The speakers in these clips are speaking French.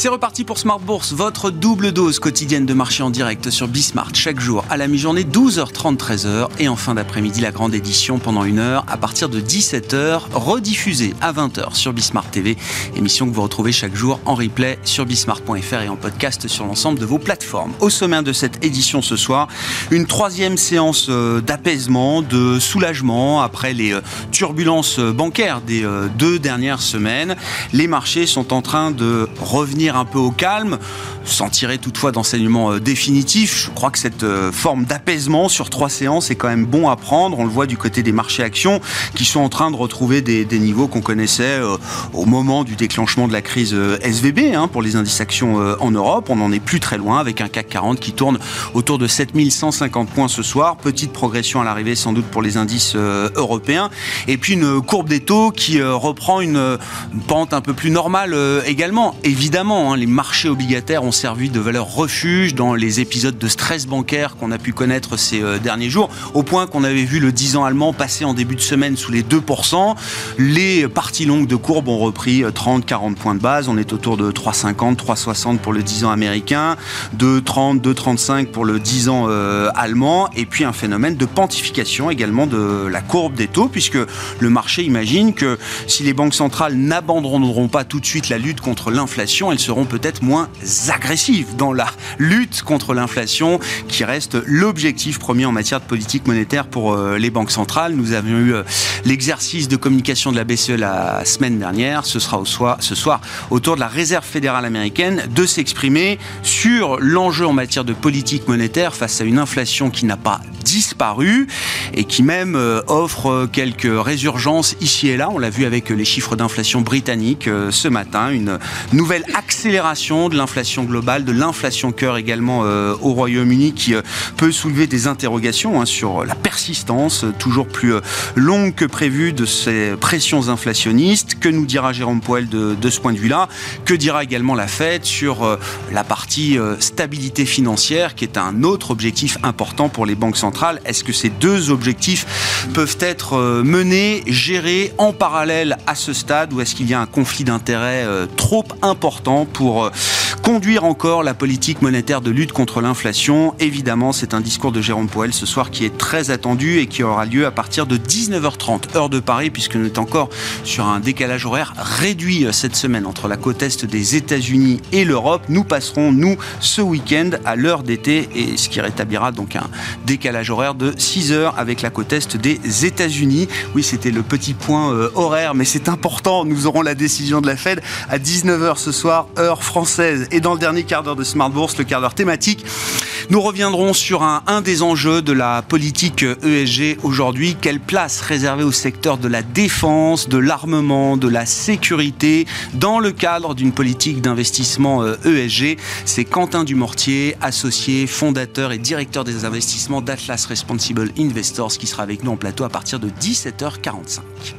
C'est reparti pour Smart Bourse, votre double dose quotidienne de marché en direct sur Bismart, chaque jour à la mi-journée, 12h30, 13h, et en fin d'après-midi, la grande édition pendant 1 heure à partir de 17h, rediffusée à 20h sur Bismart TV, émission que vous retrouvez chaque jour en replay sur bismart.fr et en podcast sur l'ensemble de vos plateformes. Au sommaire de cette édition ce soir, une troisième séance d'apaisement, de soulagement après les turbulences bancaires des 2 dernières semaines. Les marchés sont en train de revenir un peu au calme, sans tirer toutefois d'enseignement définitif. Je crois que cette forme d'apaisement sur 3 séances est quand même bon à prendre. On le voit du côté des marchés actions qui sont en train de retrouver des niveaux qu'on connaissait au moment du déclenchement de la crise SVB pour les indices actions en Europe. On n'en est plus très loin avec un CAC 40 qui tourne autour de 7150 points ce soir. Petite progression à l'arrivée sans doute pour les indices européens. Et puis une courbe des taux qui reprend une pente un peu plus normale également. Évidemment, les marchés obligataires ont servi de valeur refuge dans les épisodes de stress bancaire qu'on a pu connaître ces derniers jours, au point qu'on avait vu le 10 ans allemand passer en début de semaine sous les 2%. Les parties longues de courbe ont repris 30-40 points de base. On est autour de 3,50, 3,60 pour le 10 ans américain, 2,30, 2,35 pour le 10 ans allemand, et puis un phénomène de pentification également de la courbe des taux, puisque le marché imagine que si les banques centrales n'abandonneront pas tout de suite la lutte contre l'inflation, elles seront peut-être moins agressives dans la lutte contre l'inflation, qui reste l'objectif premier en matière de politique monétaire pour les banques centrales. Nous avions eu l'exercice de communication de la BCE la semaine dernière. Ce sera ce soir autour de la Réserve fédérale américaine de s'exprimer sur l'enjeu en matière de politique monétaire face à une inflation qui n'a pas disparu et qui même offre quelques résurgences ici et là. On l'a vu avec les chiffres d'inflation britanniques ce matin, une nouvelle accélération de l'inflation globale, de l'inflation cœur également au Royaume-Uni, qui peut soulever des interrogations sur la persistance toujours plus longue que prévue de ces pressions inflationnistes. Que nous dira Jérôme Powell de ce point de vue-là? Que dira également la Fed sur la partie stabilité financière, qui est un autre objectif important pour les banques centrales? Est-ce que ces deux objectifs peuvent être menés, gérés en parallèle à ce stade, ou est-ce qu'il y a un conflit d'intérêts trop important pour conduire encore la politique monétaire de lutte contre l'inflation? Évidemment, c'est un discours de Jérôme Powell ce soir qui est très attendu et qui aura lieu à partir de 19h30, heure de Paris, puisque nous sommes encore sur un décalage horaire réduit cette semaine entre la côte est des États-Unis et l'Europe. Nous passerons, ce week-end à l'heure d'été, et ce qui rétablira donc un décalage horaire de 6 heures avec la côte est des États-Unis. Oui, c'était le petit point horaire, mais c'est important. Nous aurons la décision de la Fed à 19h ce soir, heure française. Et dans le dernier quart d'heure de Smart Bourse, le quart d'heure thématique, nous reviendrons sur un des enjeux de la politique ESG aujourd'hui. Quelle place réserver au secteur de la défense, de l'armement, de la sécurité dans le cadre d'une politique d'investissement ESG? C'est Quentin Dumortier, associé, fondateur et directeur des investissements d'Atlas Responsible Investors, qui sera avec nous en plateau à partir de 17h45.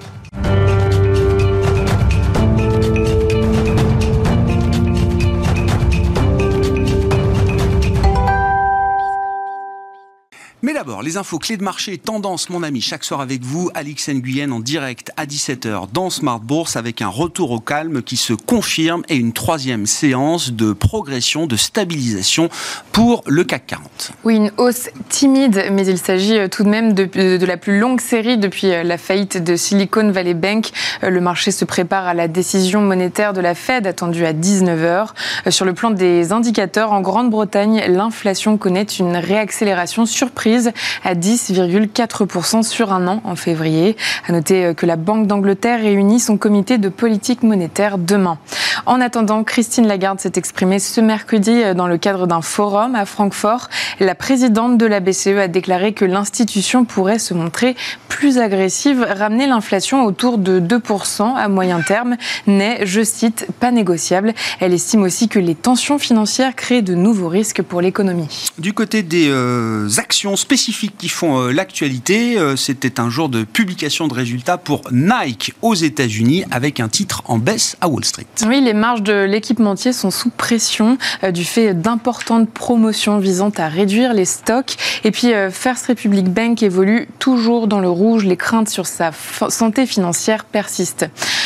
Mais d'abord, les infos clés de marché et tendance, mon ami, chaque soir avec vous, Alix Nguyen, en direct à 17h dans Smart Bourse, avec un retour au calme qui se confirme et une troisième séance de progression, de stabilisation pour le CAC 40. Oui, une hausse timide, mais il s'agit tout de même de la plus longue série depuis la faillite de Silicon Valley Bank. Le marché se prépare à la décision monétaire de la Fed, attendue à 19h. Sur le plan des indicateurs, en Grande-Bretagne, l'inflation connaît une réaccélération surprise à 10,4% sur un an en février. À noter que la Banque d'Angleterre réunit son comité de politique monétaire demain. En attendant, Christine Lagarde s'est exprimée ce mercredi dans le cadre d'un forum à Francfort. La présidente de la BCE a déclaré que l'institution pourrait se montrer plus agressive. Ramener l'inflation autour de 2% à moyen terme n'est, je cite, pas négociable. Elle estime aussi que les tensions financières créent de nouveaux risques pour l'économie. Du côté des actions spécifiques qui font l'actualité, c'était un jour de publication de résultats pour Nike aux États-Unis avec un titre en baisse à Wall Street. Oui, les marges de l'équipementier sont sous pression du fait d'importantes promotions visant à réduire les stocks. Et puis First Republic Bank évolue toujours dans le rouge. Les craintes sur sa santé financière persistent.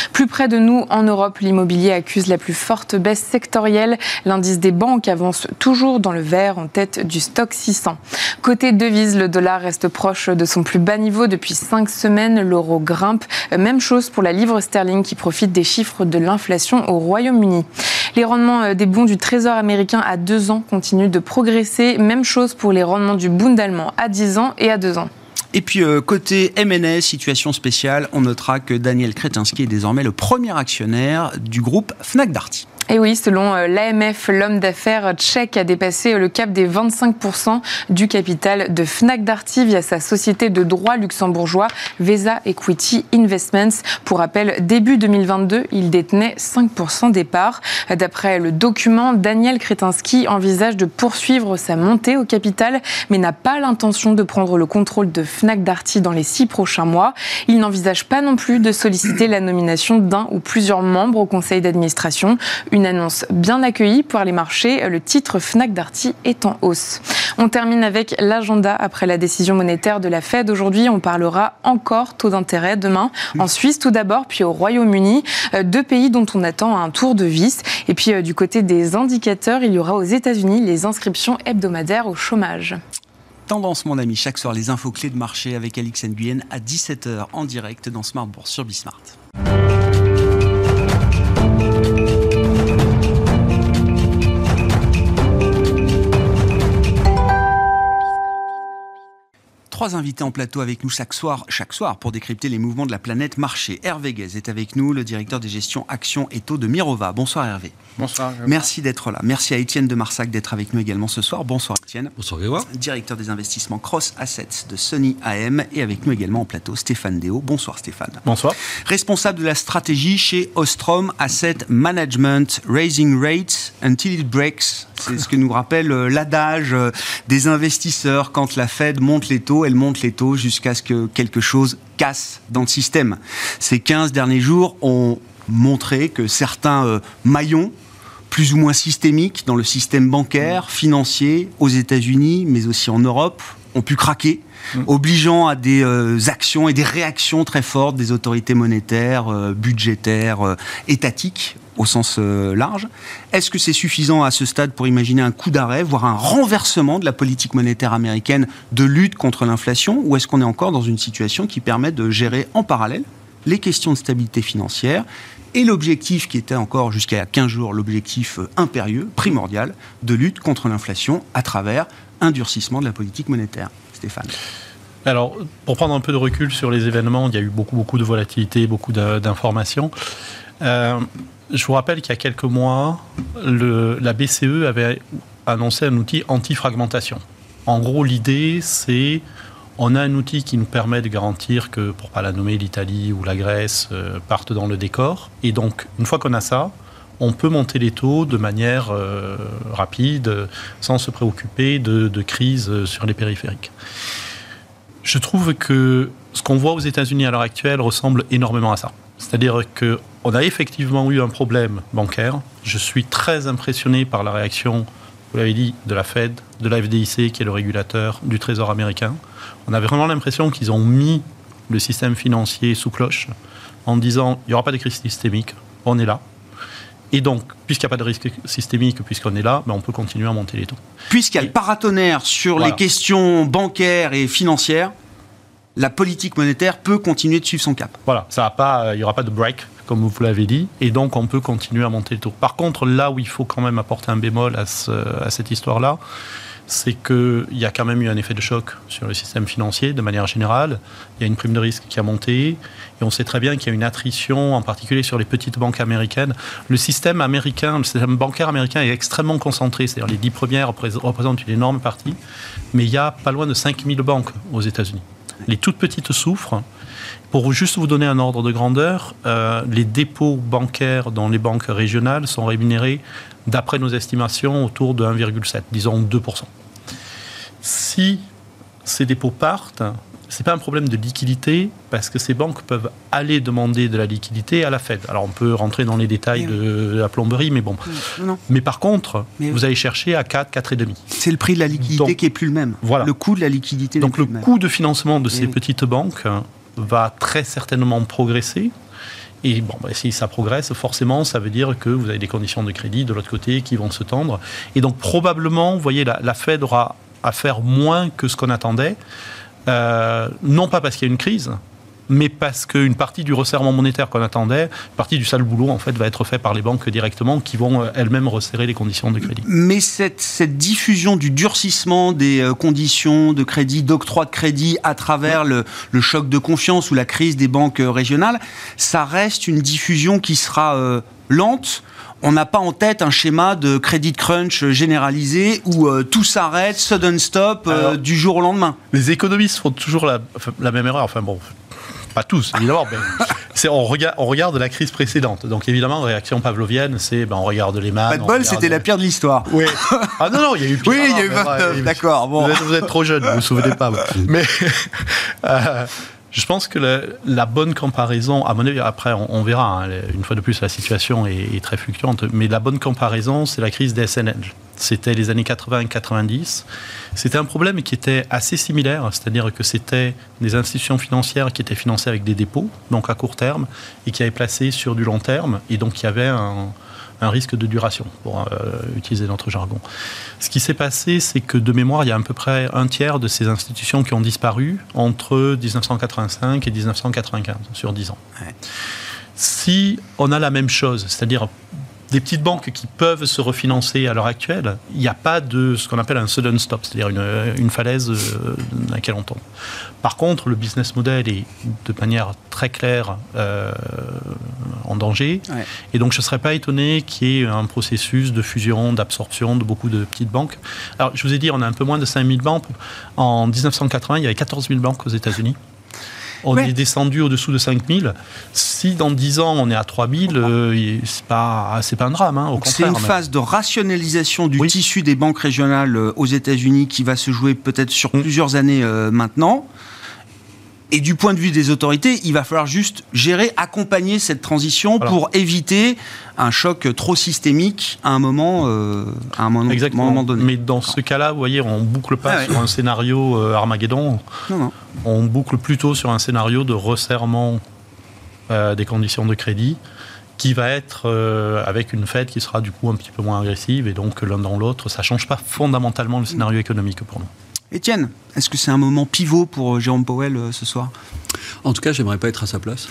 Plus près de nous, en Europe, l'immobilier accuse la plus forte baisse sectorielle. L'indice des banques avance toujours dans le vert en tête du stock 600. Côté devises, le dollar reste proche de son plus bas niveau depuis 5 semaines. L'euro grimpe. Même chose pour la livre sterling qui profite des chiffres de l'inflation au Royaume-Uni. Les rendements des bons du Trésor américain à 2 ans continuent de progresser. Même chose pour les rendements du Bund allemand à 10 ans et à 2 ans. Et puis, côté M&A, situation spéciale, on notera que Daniel Kretinsky est désormais le premier actionnaire du groupe Fnac Darty. Et oui, selon l'AMF, l'homme d'affaires tchèque a dépassé le cap des 25% du capital de Fnac Darty via sa société de droit luxembourgeois Vesa Equity Investments. Pour rappel, début 2022, il détenait 5% des parts. D'après le document, Daniel Kretinsky envisage de poursuivre sa montée au capital, mais n'a pas l'intention de prendre le contrôle de Fnac Darty dans les 6 prochains mois. Il n'envisage pas non plus de solliciter la nomination d'un ou plusieurs membres au conseil d'administration. Une annonce bien accueillie par les marchés, le titre Fnac Darty est en hausse. On termine avec l'agenda après la décision monétaire de la Fed. Aujourd'hui, on parlera encore taux d'intérêt demain en Suisse tout d'abord, puis au Royaume-Uni, 2 pays dont on attend un tour de vis. Et puis du côté des indicateurs, il y aura aux États-Unis les inscriptions hebdomadaires au chômage. Tendance, mon ami, chaque soir les infos clés de marché avec Alix Nguyen à 17h en direct dans Smart Bourse sur Bismart. Trois invités en plateau avec nous chaque soir pour décrypter les mouvements de la planète marché. Hervé Guez est avec nous, le directeur des gestions actions et taux de Mirova. Bonsoir Hervé. Bonsoir. Merci d'être là. Merci à Étienne de Marsac d'être avec nous également ce soir. Bonsoir Étienne. Bonsoir Grégoire. Directeur des investissements Cross Assets de Sony AM et avec nous également en plateau Stéphane Déo. Bonsoir Stéphane. Bonsoir. Responsable de la stratégie chez Ostrom Asset Management, Raising Rates Until It Breaks. C'est ce que nous rappelle l'adage des investisseurs quand la Fed monte les taux, elle monte les taux jusqu'à ce que quelque chose casse dans le système. Ces 15 derniers jours ont montré que certains maillons plus ou moins systémiques dans le système bancaire, financier, aux États-Unis, mais aussi en Europe, ont pu craquer, obligeant à des actions et des réactions très fortes des autorités monétaires, budgétaires, étatiques, au sens large. Est-ce que c'est suffisant à ce stade pour imaginer un coup d'arrêt, voire un renversement de la politique monétaire américaine de lutte contre l'inflation, ou est-ce qu'on est encore dans une situation qui permet de gérer en parallèle les questions de stabilité financière et l'objectif qui était encore jusqu'à 15 jours, l'objectif impérieux, primordial, de lutte contre l'inflation à travers un durcissement de la politique monétaire? Stéphane. Alors, pour prendre un peu de recul sur les événements, il y a eu beaucoup de volatilité, beaucoup d'informations. Je vous rappelle qu'il y a quelques mois, la BCE avait annoncé un outil anti-fragmentation. En gros, l'idée, c'est on a un outil qui nous permet de garantir que, pour ne pas la nommer, l'Italie ou la Grèce partent dans le décor. Et donc, une fois qu'on a ça, on peut monter les taux de manière rapide, sans se préoccuper de crise sur les périphériques. Je trouve que ce qu'on voit aux États-Unis à l'heure actuelle ressemble énormément à ça. C'est-à-dire qu'on a effectivement eu un problème bancaire. Je suis très impressionné par la réaction, vous l'avez dit, de la Fed, de la FDIC, qui est le régulateur du Trésor américain. On avait vraiment l'impression qu'ils ont mis le système financier sous cloche en disant il n'y aura pas de crise systémique, on est là. Et donc, puisqu'il n'y a pas de risque systémique, puisqu'on est là, ben on peut continuer à monter les taux. Puisqu'il y a le paratonnerre sur les questions bancaires et financières, la politique monétaire peut continuer de suivre son cap. Voilà, il n'y aura pas de break, comme vous l'avez dit, et donc on peut continuer à monter les taux. Par contre, là où il faut quand même apporter un bémol à cette histoire-là, c'est qu'il y a quand même eu un effet de choc sur le système financier de manière générale. Il y a une prime de risque qui a monté, et on sait très bien qu'il y a une attrition, en particulier sur les petites banques américaines. Le système bancaire américain est extrêmement concentré, c'est-à-dire les 10 premières représentent une énorme partie, mais il y a pas loin de 5000 banques aux États-Unis. Les toutes petites souffrent. Pour juste vous donner un ordre de grandeur, les dépôts bancaires dans les banques régionales sont rémunérés, d'après nos estimations, autour de 1,7, disons 2%. Si ces dépôts partent, ce n'est pas un problème de liquidité, parce que ces banques peuvent aller demander de la liquidité à la Fed. Alors on peut rentrer dans les détails de la plomberie, mais bon. Non. Mais par contre, vous allez chercher à 4, 4,5. C'est le prix de la liquidité qui n'est plus le même. Voilà. Le coût de la liquidité n'est plus le même. Donc le coût de financement de ces petites banques va très certainement progresser. Et bon, si ça progresse, forcément, ça veut dire que vous avez des conditions de crédit de l'autre côté qui vont se tendre. Et donc, probablement, vous voyez, la Fed aura à faire moins que ce qu'on attendait. Non pas parce qu'il y a une crise, mais parce qu'une partie du resserrement monétaire qu'on attendait, une partie du sale boulot, en fait, va être fait par les banques directement, qui vont elles-mêmes resserrer les conditions de crédit. Mais cette diffusion du durcissement des conditions de crédit, d'octroi de crédit à travers le choc de confiance ou la crise des banques régionales, ça reste une diffusion qui sera lente. On n'a pas en tête un schéma de credit crunch généralisé où tout s'arrête, sudden stop, du jour au lendemain. Les économistes font toujours la même erreur. Enfin bon, pas tous, évidemment. Mais on regarde la crise précédente. Donc évidemment, réaction pavlovienne, c'est on regarde les mannes. Pas de bol, c'était la pire de l'histoire. Oui. Ah non, il y a eu pire. Oui, il y a eu 29, d'accord. Bon. Vous êtes trop jeune, vous vous souvenez pas. Mais je pense que la bonne comparaison, à mon avis, après on verra, une fois de plus la situation est très fluctuante, mais la bonne comparaison, c'est la crise des SNL. C'était les années 80 et 90. C'était un problème qui était assez similaire, c'est-à-dire que c'était des institutions financières qui étaient financées avec des dépôts, donc à court terme, et qui avaient placé sur du long terme, et donc il y avait un risque de duration, pour utiliser notre jargon. Ce qui s'est passé, c'est que de mémoire, il y a à peu près un tiers de ces institutions qui ont disparu entre 1985 et 1995, sur 10 ans. Ouais. Si on a la même chose, c'est-à-dire des petites banques qui peuvent se refinancer à l'heure actuelle, il n'y a pas de ce qu'on appelle un sudden stop, c'est-à-dire une falaise dans laquelle on tombe. Par contre, le business model est de manière très claire en danger. Ouais. Et donc, je ne serais pas étonné qu'il y ait un processus de fusion, d'absorption de beaucoup de petites banques. Alors, je vous ai dit, on a un peu moins de 5000 banques. En 1980, il y avait 14 000 banques aux États-Unis. On est descendu au-dessous de 5000. Si dans 10 ans, on est à 3000, c'est pas un drame. Au contraire. C'est une phase de rationalisation du tissu des banques régionales aux États-Unis qui va se jouer peut-être sur plusieurs années maintenant. Et du point de vue des autorités, il va falloir juste gérer, accompagner cette transition pour éviter un choc trop systémique à un moment donné. Mais dans ce cas-là, vous voyez, on ne boucle pas sur un scénario Armageddon. Non. On boucle plutôt sur un scénario de resserrement des conditions de crédit qui va être avec une Fed qui sera du coup un petit peu moins agressive. Et donc, l'un dans l'autre, ça ne change pas fondamentalement le scénario économique pour nous. Étienne, est-ce que c'est un moment pivot pour Jérôme Powell ce soir ? En tout cas, j'aimerais pas être à sa place.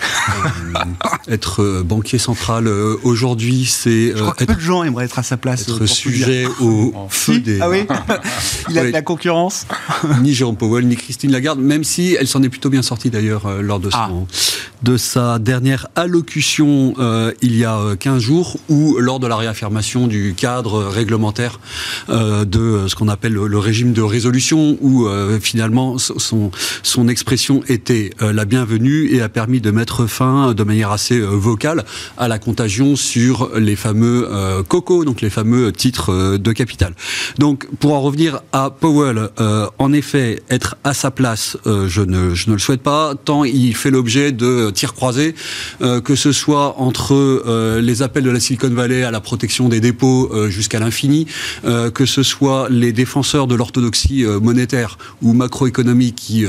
Être banquier central aujourd'hui, c'est... Je crois que peu de gens aimeraient être à sa place. Être sujet au feu des... Ah oui. Il a de la concurrence. Ni Jérôme Powell, ni Christine Lagarde, même si elle s'en est plutôt bien sortie d'ailleurs lors de sa dernière allocution il y a 15 jours, ou lors de la réaffirmation du cadre réglementaire de ce qu'on appelle le régime de résolution, où finalement son expression était la bienvenue et a permis de mettre fin de manière assez vocale à la contagion sur les fameux COCO, donc les fameux titres de capital. Donc pour en revenir à Powell, en effet, être à sa place, je ne le souhaite pas, tant il fait l'objet de tirs croisés, que ce soit entre les appels de la Silicon Valley à la protection des dépôts jusqu'à l'infini, que ce soit les défenseurs de l'orthodoxie monétaire ou macroéconomique qui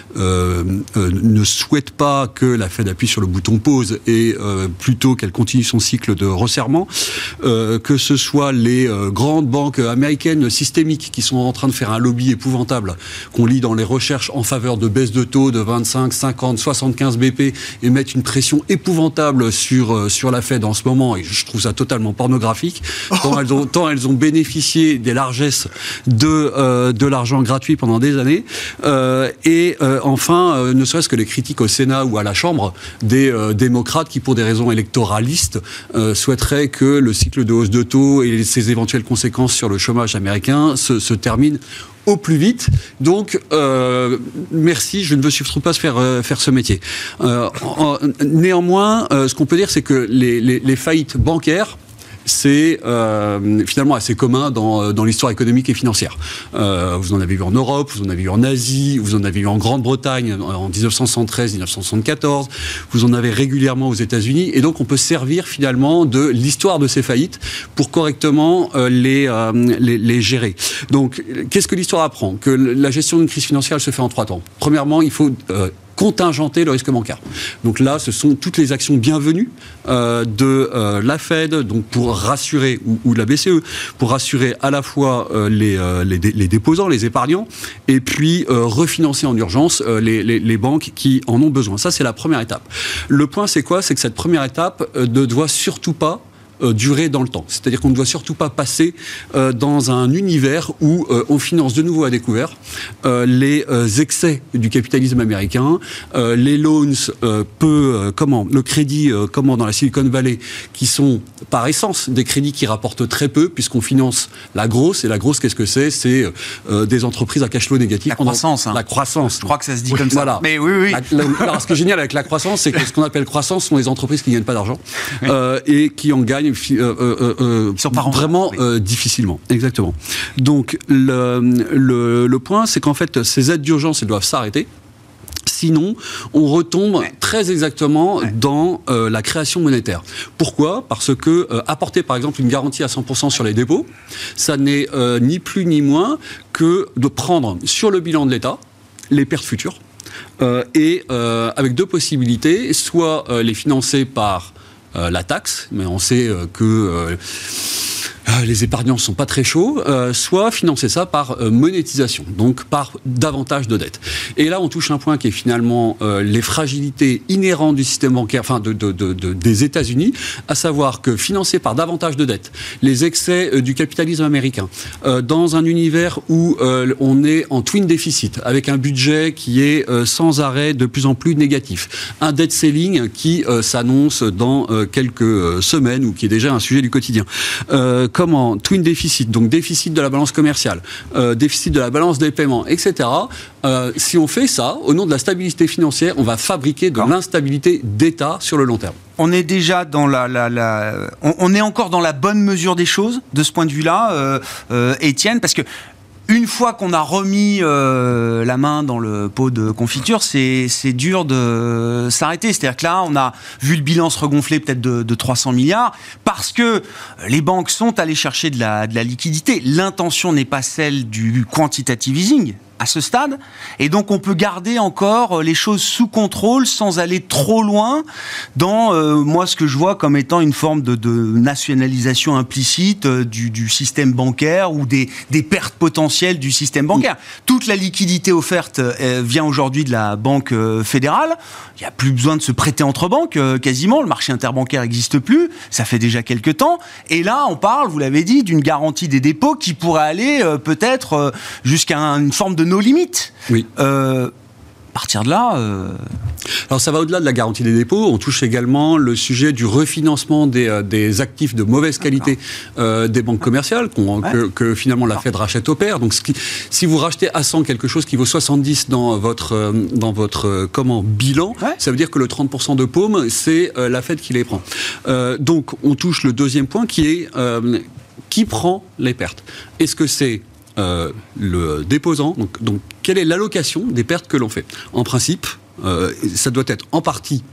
ne souhaitent pas que la Fed appuie sur le bouton pause et plutôt qu'elle continue son cycle de resserrement, que ce soit les grandes banques américaines systémiques qui sont en train de faire un lobby épouvantable qu'on lit dans les recherches en faveur de baisse de taux de 25, 50, 75 BP et mettent une pression épouvantable sur la Fed en ce moment, et je trouve ça totalement pornographique, tant elles ont bénéficié des largesses de l'argent gratuit pendant des années, et enfin, ne serait-ce que les critiques au Sénat ou à la Chambre des démocrates qui, pour des raisons électoralistes, souhaiteraient que le cycle de hausse de taux et ses éventuelles conséquences sur le chômage américain se terminent au plus vite. Donc, merci, je ne veux surtout pas faire ce métier. Néanmoins, ce qu'on peut dire, c'est que les faillites bancaires, c'est finalement assez commun dans l'histoire économique et financière. Vous en avez vu en Europe, vous en avez vu en Asie, vous en avez vu en Grande-Bretagne en 1973-1974, vous en avez régulièrement aux États-Unis, et donc on peut servir finalement de l'histoire de ces faillites pour correctement les gérer. Donc, qu'est-ce que l'histoire apprend ? Que la gestion d'une crise financière, elle se fait en 3 temps. Premièrement, il faut contingenter le risque bancaire. Donc là, ce sont toutes les actions bienvenues de la Fed, donc pour rassurer, ou de la BCE, pour rassurer à la fois les déposants, les épargnants, et puis refinancer en urgence les banques qui en ont besoin. Ça, c'est la première étape. Le point, c'est quoi? C'est que cette première étape ne doit surtout pas durer dans le temps. C'est-à-dire qu'on ne doit surtout pas passer dans un univers où on finance de nouveau à découvert les excès du capitalisme américain, les loans le crédit dans la Silicon Valley, qui sont par essence des crédits qui rapportent très peu, puisqu'on finance la grosse, et la grosse, qu'est-ce que c'est? C'est des entreprises à cash flow négatif. La croissance. La croissance. Je crois que ça se dit comme ça. Voilà. Mais oui. Alors, ce qui est génial avec la croissance, c'est que ce qu'on appelle croissance sont les entreprises qui ne gagnent pas d'argent et qui en gagnent vraiment difficilement. Exactement. Donc le point, c'est qu'en fait, ces aides d'urgence, elles doivent s'arrêter. Sinon, on retombe très exactement dans la création monétaire. Pourquoi? Parce que apporter, par exemple, une garantie à 100% sur les dépôts, ça n'est ni plus ni moins que de prendre sur le bilan de l'État les pertes futures et avec deux possibilités, soit les financer par la taxe, mais on sait que les épargnants ne sont pas très chauds, soit financer ça par monétisation, donc par davantage de dettes. Et là, on touche un point qui est finalement les fragilités inhérentes du système bancaire, des États-Unis, à savoir que financer par davantage de dettes, les excès du capitalisme américain, dans un univers où on est en twin déficit, avec un budget qui est sans arrêt de plus en plus négatif, un debt ceiling qui s'annonce dans quelques semaines, ou qui est déjà un sujet du quotidien. Twin déficit, donc déficit de la balance commerciale, déficit de la balance des paiements, etc. Si on fait ça, au nom de la stabilité financière, on va fabriquer de l'instabilité d'État sur le long terme. On est déjà dans on est encore dans la bonne mesure des choses, de ce point de vue-là, Étienne, parce que une fois qu'on a remis la main dans le pot de confiture, c'est dur de s'arrêter. C'est-à-dire que là, on a vu le bilan se regonfler peut-être de 300 milliards parce que les banques sont allées chercher de la liquidité. L'intention n'est pas celle du quantitative easing à ce stade, et donc on peut garder encore les choses sous contrôle sans aller trop loin dans moi ce que je vois comme étant une forme de nationalisation implicite du système bancaire ou des pertes potentielles du système bancaire. Toute la liquidité offerte vient aujourd'hui de la Banque fédérale. Il n'y a plus besoin de se prêter entre banques quasiment, le marché interbancaire n'existe plus, ça fait déjà quelques temps, et là on parle, vous l'avez dit, d'une garantie des dépôts qui pourrait aller peut-être jusqu'à une forme de nos limites. Oui. À partir de là... Alors ça va au-delà de la garantie des dépôts, on touche également le sujet du refinancement des actifs de mauvaise qualité des banques commerciales que finalement la Fed rachète au pair. Donc si vous rachetez à 100 quelque chose qui vaut 70 dans votre bilan, ça veut dire que le 30% de paume, c'est la Fed qui les prend. Donc on touche le deuxième point qui est qui prend les pertes. Est-ce que c'est le déposant, donc quelle est l'allocation des pertes que l'on fait? En principe, ça doit être en partie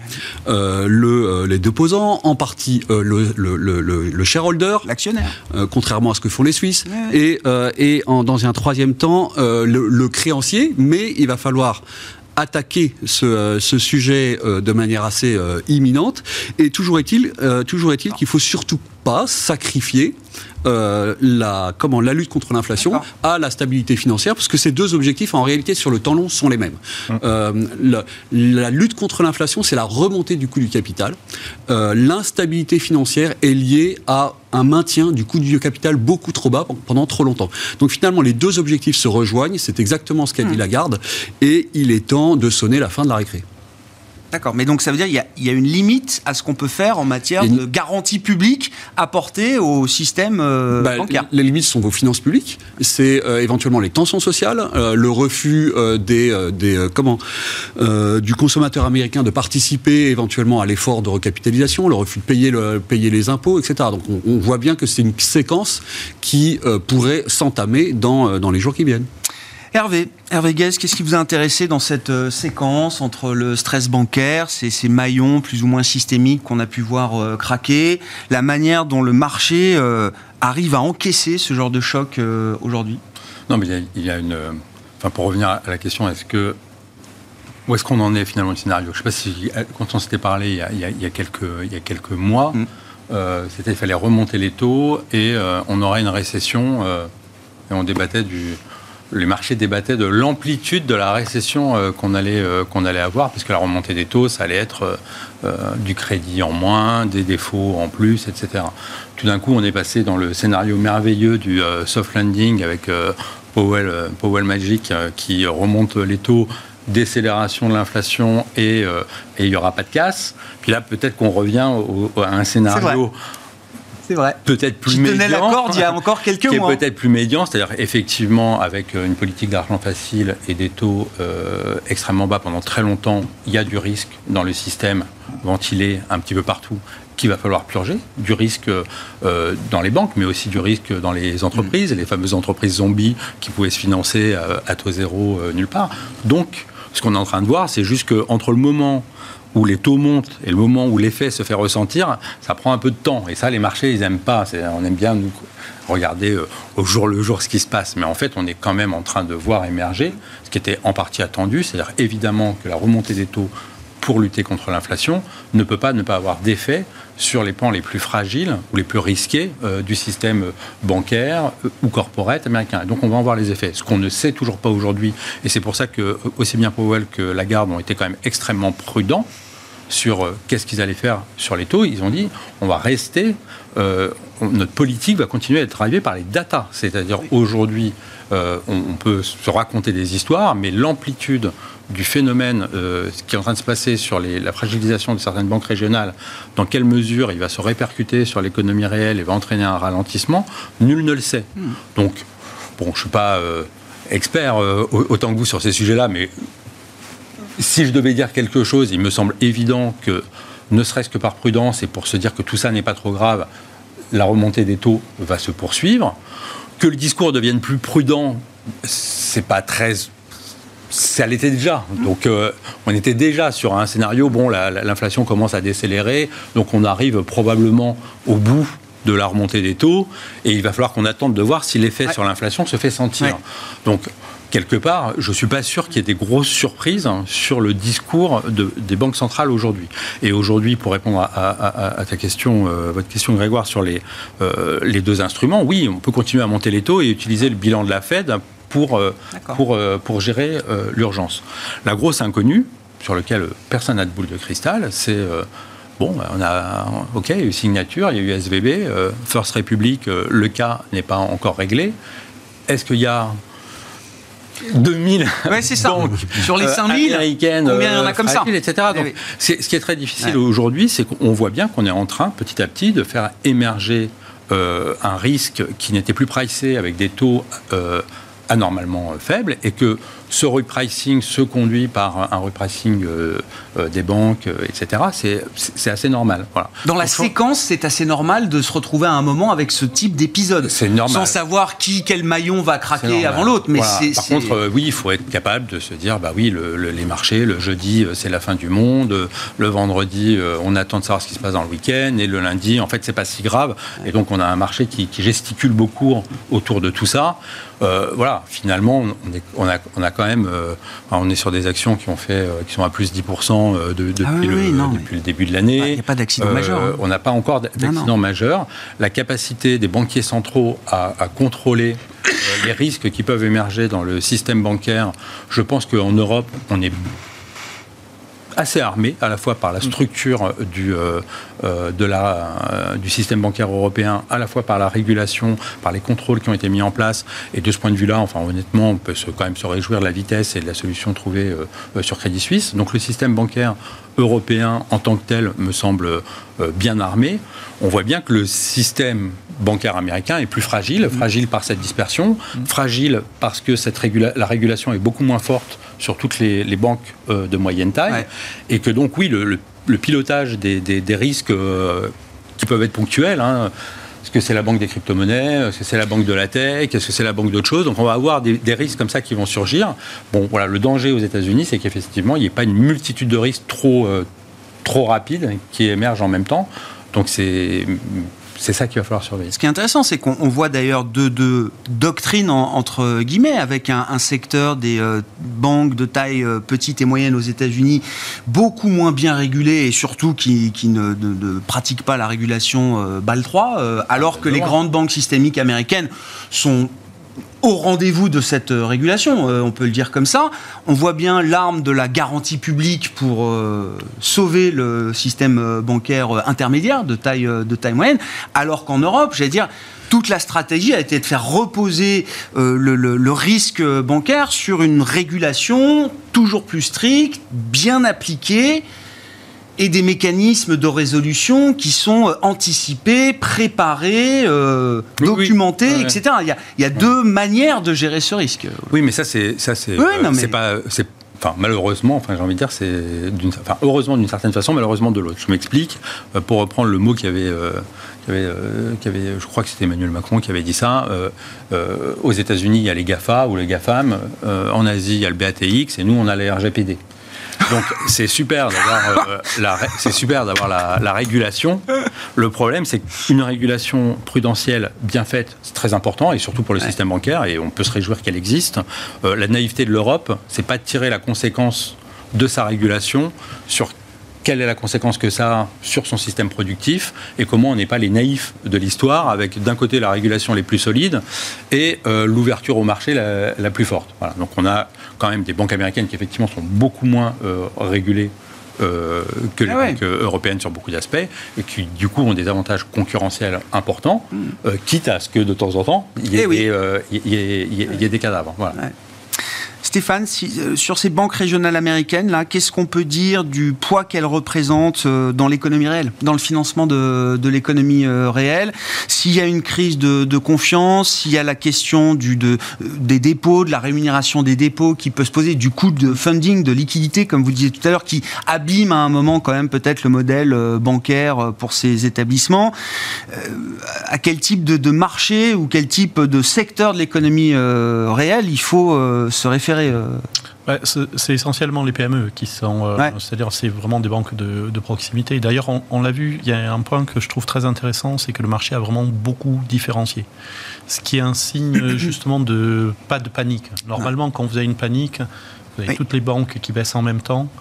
les déposants, en partie le shareholder, l'actionnaire, contrairement à ce que font les Suisses, et dans un troisième temps le créancier, mais il va falloir attaquer ce sujet de manière assez imminente, et toujours est-il qu'il faut surtout pas sacrifier la lutte contre l'inflation à la stabilité financière, parce que ces deux objectifs en réalité sur le temps long sont les mêmes. La lutte contre l'inflation, c'est la remontée du coût du capital. L'instabilité financière est liée à un maintien du coût du capital beaucoup trop bas pendant trop longtemps. Donc finalement les deux objectifs se rejoignent, c'est exactement ce qu'a dit Lagarde, et il est temps de sonner la fin de la récré. D'accord, mais donc ça veut dire qu'il y a une limite à ce qu'on peut faire en matière de garantie publique apportée au système bancaire. Les limites sont vos finances publiques, c'est éventuellement les tensions sociales, le refus du consommateur américain de participer éventuellement à l'effort de recapitalisation, le refus de payer les impôts, etc. Donc on voit bien que c'est une séquence qui pourrait s'entamer dans les jours qui viennent. Hervé Guez, qu'est-ce qui vous a intéressé dans cette séquence entre le stress bancaire, ces maillons plus ou moins systémiques qu'on a pu voir craquer, la manière dont le marché arrive à encaisser ce genre de choc aujourd'hui? Non, mais il y a une... Enfin, pour revenir à la question, est-ce que... Où est-ce qu'on en est finalement le scénario ? Je ne sais pas si, quand on s'était parlé il y a quelques mois, il fallait remonter les taux et on aurait une récession et on débattait les marchés débattaient de l'amplitude de la récession qu'on allait avoir, parce que la remontée des taux, ça allait être du crédit en moins, des défauts en plus, etc. Tout d'un coup, on est passé dans le scénario merveilleux du soft landing avec Powell Magic qui remonte les taux, décélération de l'inflation et il n'y aura pas de casse. Puis là, peut-être qu'on revient à un scénario... C'est vrai. Peut-être plus médian. Qui tenait la corde il y a encore quelques mois. Qui est peut-être plus médian, c'est-à-dire effectivement avec une politique d'argent facile et des taux extrêmement bas pendant très longtemps, il y a du risque dans le système ventilé un petit peu partout qu'il va falloir purger, du risque dans les banques, mais aussi du risque dans les entreprises, les fameuses entreprises zombies qui pouvaient se financer à taux zéro nulle part. Donc, ce qu'on est en train de voir, c'est juste qu'entre le moment où les taux montent et le moment où l'effet se fait ressentir, ça prend un peu de temps. Et ça, les marchés, ils n'aiment pas. On aime bien, nous, regarder au jour le jour ce qui se passe. Mais en fait, on est quand même en train de voir émerger ce qui était en partie attendu. C'est-à-dire, évidemment, que la remontée des taux pour lutter contre l'inflation ne peut pas ne pas avoir d'effet sur les pans les plus fragiles ou les plus risqués du système bancaire ou corporate américain. Et donc on va en voir les effets. Ce qu'on ne sait toujours pas aujourd'hui, et c'est pour ça que aussi bien Powell que Lagarde ont été quand même extrêmement prudents sur qu'est-ce qu'ils allaient faire sur les taux. Ils ont dit, on va rester, notre politique va continuer à être drivée par les datas. C'est-à-dire aujourd'hui, on peut se raconter des histoires, mais l'amplitude du phénomène qui est en train de se passer sur la fragilisation de certaines banques régionales, dans quelle mesure il va se répercuter sur l'économie réelle et va entraîner un ralentissement, nul ne le sait. Donc, bon, je ne suis pas expert autant que vous sur ces sujets-là, mais si je devais dire quelque chose, il me semble évident que, ne serait-ce que par prudence et pour se dire que tout ça n'est pas trop grave, la remontée des taux va se poursuivre. Que le discours devienne plus prudent, c'est pas très... Ça l'était déjà. Donc, on était déjà sur un scénario, bon, l'inflation commence à décélérer, donc on arrive probablement au bout de la remontée des taux, et il va falloir qu'on attende de voir si l'effet sur l'inflation se fait sentir. Donc, quelque part, je ne suis pas sûr qu'il y ait des grosses surprises sur le discours des banques centrales aujourd'hui. Et aujourd'hui, pour répondre à ta question, votre question, Grégoire, sur les deux instruments, oui, on peut continuer à monter les taux et utiliser le bilan de la Fed pour gérer l'urgence. La grosse inconnue, sur laquelle personne n'a de boule de cristal, c'est... Bon, il y a eu signature, il y a eu SVB, First Republic, le cas n'est pas encore réglé. Est-ce qu'il y a 2000 banques sur les 5000 américaines, combien il y en a comme ça, etc. Donc, ce qui est très difficile aujourd'hui, c'est qu'on voit bien qu'on est en train, petit à petit, de faire émerger un risque qui n'était plus pricé avec des taux anormalement faibles, et que ce repricing se conduit par un repricing des banques, etc. C'est assez normal. Voilà. Dans la séquence, c'est assez normal de se retrouver à un moment avec ce type d'épisode. C'est normal. Sans savoir quel maillon va craquer avant l'autre. Mais voilà. Par contre, oui, il faut être capable de se dire, bah oui, les marchés, le jeudi, c'est la fin du monde. Le vendredi, on attend de savoir ce qui se passe dans le week-end. Et le lundi, en fait, c'est pas si grave. Et donc, on a un marché qui gesticule beaucoup autour de tout ça. Voilà, finalement, on a quand même, on est sur des actions qui sont à plus 10% depuis le début de l'année. Il n'y a pas d'accident majeur. On n'a pas encore d'accident majeur. La capacité des banquiers centraux à contrôler les risques qui peuvent émerger dans le système bancaire, je pense qu'en Europe, on est assez armé, à la fois par la structure du système bancaire européen, à la fois par la régulation, par les contrôles qui ont été mis en place. Et de ce point de vue-là, enfin, honnêtement, on peut quand même se réjouir de la vitesse et de la solution trouvée sur Crédit Suisse. Donc le système bancaire européen en tant que tel me semble bien armé. On voit bien que le système bancaire américain est plus fragile par cette dispersion, fragile parce que la régulation est beaucoup moins forte sur toutes les banques de moyenne taille, et que donc oui, le pilotage des risques qui peuvent être ponctuels, est-ce que c'est la banque des crypto-monnaies, est-ce que c'est la banque de la tech, est-ce que c'est la banque d'autre chose, donc on va avoir des risques comme ça qui vont surgir. Bon, voilà, le danger aux États-Unis, c'est qu'effectivement, il n'y ait pas une multitude de risques trop rapides qui émergent en même temps. Donc c'est c'est ça qu'il va falloir surveiller. Ce qui est intéressant, c'est qu'on voit d'ailleurs deux doctrines entre guillemets, avec un secteur des banques de taille petite et moyenne aux États-Unis beaucoup moins bien régulé et surtout qui ne pratique pas la régulation Bâle 3, alors que les grandes banques systémiques américaines sont au rendez-vous de cette régulation, on peut le dire comme ça. On voit bien l'arme de la garantie publique pour sauver le système bancaire intermédiaire de taille moyenne, alors qu'en Europe, j'allais dire, toute la stratégie a été de faire reposer le risque bancaire sur une régulation toujours plus stricte, bien appliquée, et des mécanismes de résolution qui sont anticipés, préparés, documentés, oui. etc. Il y a deux manières de gérer ce risque. Oui, mais ça c'est malheureusement, j'ai envie de dire, heureusement d'une certaine façon, malheureusement de l'autre. Je m'explique. Pour reprendre le mot qui avait, je crois que c'était Emmanuel Macron qui avait dit ça. Aux États-Unis, il y a les GAFA ou les GAFAM. En Asie, il y a le BATX, et nous, on a les RGPD. Donc c'est super d'avoir la régulation. Le problème, c'est qu'une régulation prudentielle bien faite, c'est très important, et surtout pour le système bancaire, et on peut se réjouir qu'elle existe. La naïveté de l'Europe, c'est pas de tirer la conséquence de sa régulation sur quelle est la conséquence que ça a sur son système productif et comment on n'est pas les naïfs de l'histoire avec d'un côté la régulation les plus solides et l'ouverture au marché la plus forte. Voilà. Donc on a quand même des banques américaines qui effectivement sont beaucoup moins régulées que les banques européennes sur beaucoup d'aspects et qui du coup ont des avantages concurrentiels importants, quitte à ce que de temps en temps il y ait des cadavres. Voilà. Ouais. Stéphane, sur ces banques régionales américaines, là, qu'est-ce qu'on peut dire du poids qu'elles représentent dans l'économie réelle, dans le financement de l'économie réelle? S'il y a une crise de confiance, s'il y a la question des dépôts, de la rémunération des dépôts qui peut se poser, du coût de funding, de liquidité, comme vous disiez tout à l'heure, qui abîme à un moment quand même peut-être le modèle bancaire pour ces établissements. À quel type de marché ou quel type de secteur de l'économie réelle il faut se référer? C'est essentiellement les PME qui sont... C'est-à-dire c'est vraiment des banques de proximité. D'ailleurs, on l'a vu, il y a un point que je trouve très intéressant, c'est que le marché a vraiment beaucoup différencié. Ce qui est un signe justement de pas de panique. Normalement, quand vous avez une panique, vous avez toutes les banques qui baissent en même temps.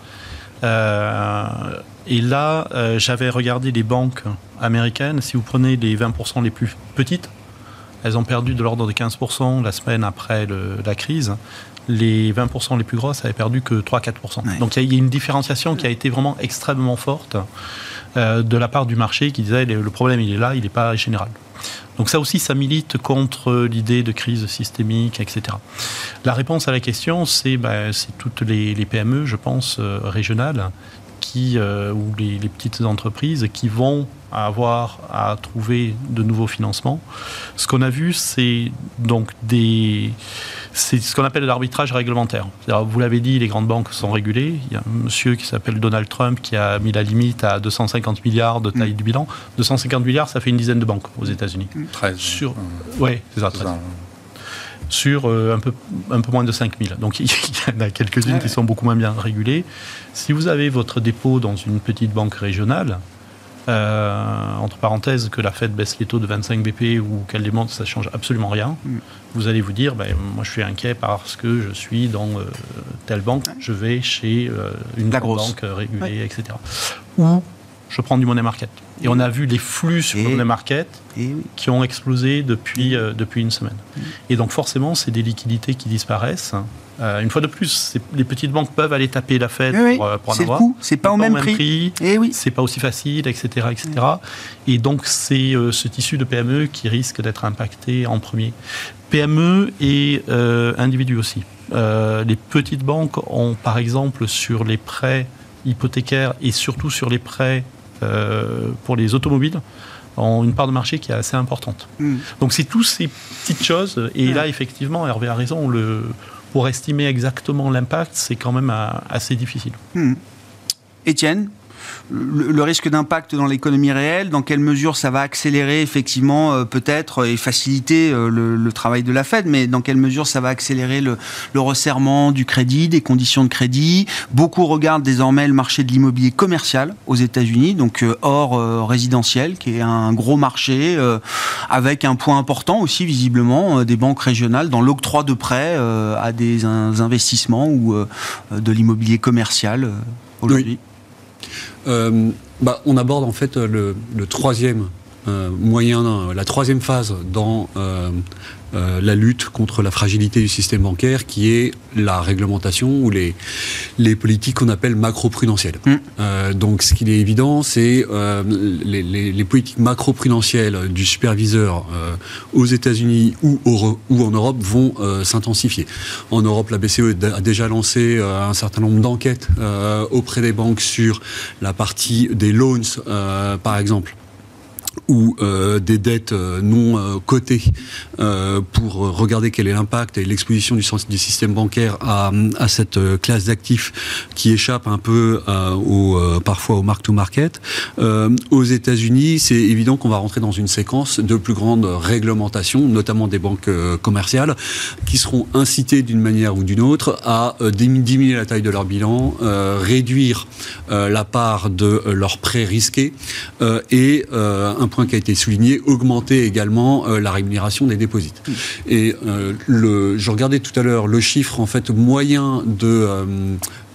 Et là, j'avais regardé les banques américaines. Si vous prenez les 20% les plus petites, elles ont perdu de l'ordre de 15% la semaine après la crise. Les 20% les plus grosses avaient perdu que 3-4%. Ouais. Donc il y a une différenciation qui a été vraiment extrêmement forte de la part du marché qui disait le problème il est là, il n'est pas général. Donc ça aussi, ça milite contre l'idée de crise systémique, etc. La réponse à la question, c'est toutes les PME, je pense, régionales, ou les petites entreprises qui vont avoir à trouver de nouveaux financements. Ce qu'on a vu, c'est donc c'est ce qu'on appelle l'arbitrage réglementaire. C'est-à-dire, vous l'avez dit, les grandes banques sont régulées. Il y a un monsieur qui s'appelle Donald Trump qui a mis la limite à 250 milliards de taille du bilan. 250 milliards, ça fait une dizaine de banques aux États-Unis. 13. Oui, c'est ça, 13. Sur un peu moins de 5000. Donc il y en a quelques-unes qui sont beaucoup moins bien régulées. Si vous avez votre dépôt dans une petite banque régionale, entre parenthèses, que la Fed baisse les taux de 25 BP ou qu'elle les monte, ça ne change absolument rien. Vous allez vous dire, moi je suis inquiet parce que je suis dans telle banque, je vais chez une banque régulée, etc. Ou je prends du money market. Et on a vu les flux sur le money market qui ont explosé depuis une semaine. Et donc forcément, c'est des liquidités qui disparaissent. Une fois de plus, les petites banques peuvent aller taper la Fed pour en avoir. C'est pas au même prix. C'est pas aussi facile, etc. Et donc, c'est ce tissu de PME qui risque d'être impacté en premier. PME et individus aussi. Les petites banques ont, par exemple, sur les prêts hypothécaires et surtout sur les prêts pour les automobiles, ont une part de marché qui est assez importante. Donc, c'est toutes ces petites choses. Et là, effectivement, Hervé a raison, pour estimer exactement l'impact, c'est quand même assez difficile. Étienne, le risque d'impact dans l'économie réelle, dans quelle mesure ça va accélérer effectivement peut-être et faciliter le travail de la Fed, mais dans quelle mesure ça va accélérer le resserrement du crédit, des conditions de crédit. Beaucoup regardent désormais le marché de l'immobilier commercial aux États-Unis, donc hors résidentiel, qui est un gros marché avec un point important aussi visiblement des banques régionales dans l'octroi de prêts à des investissements ou de l'immobilier commercial aujourd'hui. Oui. On aborde en fait le troisième moyen, la troisième phase dans la lutte contre la fragilité du système bancaire, qui est la réglementation ou les politiques qu'on appelle macro-prudentielles. Donc ce qu'il est évident, c'est les politiques macro-prudentielles du superviseur aux États-Unis ou en Europe vont s'intensifier. En Europe, la BCE a déjà lancé un certain nombre d'enquêtes auprès des banques sur la partie des loans, par exemple, ou des dettes non cotées pour regarder quel est l'impact et l'exposition du système bancaire à cette classe d'actifs qui échappe un peu parfois au mark-to-market. Aux États-Unis, c'est évident qu'on va rentrer dans une séquence de plus grande réglementation, notamment des banques commerciales, qui seront incitées d'une manière ou d'une autre à diminuer la taille de leur bilan, réduire la part de leurs prêts risqués et un point qui a été souligné, augmenter également la rémunération des dépôts. Et je regardais tout à l'heure le chiffre en fait moyen de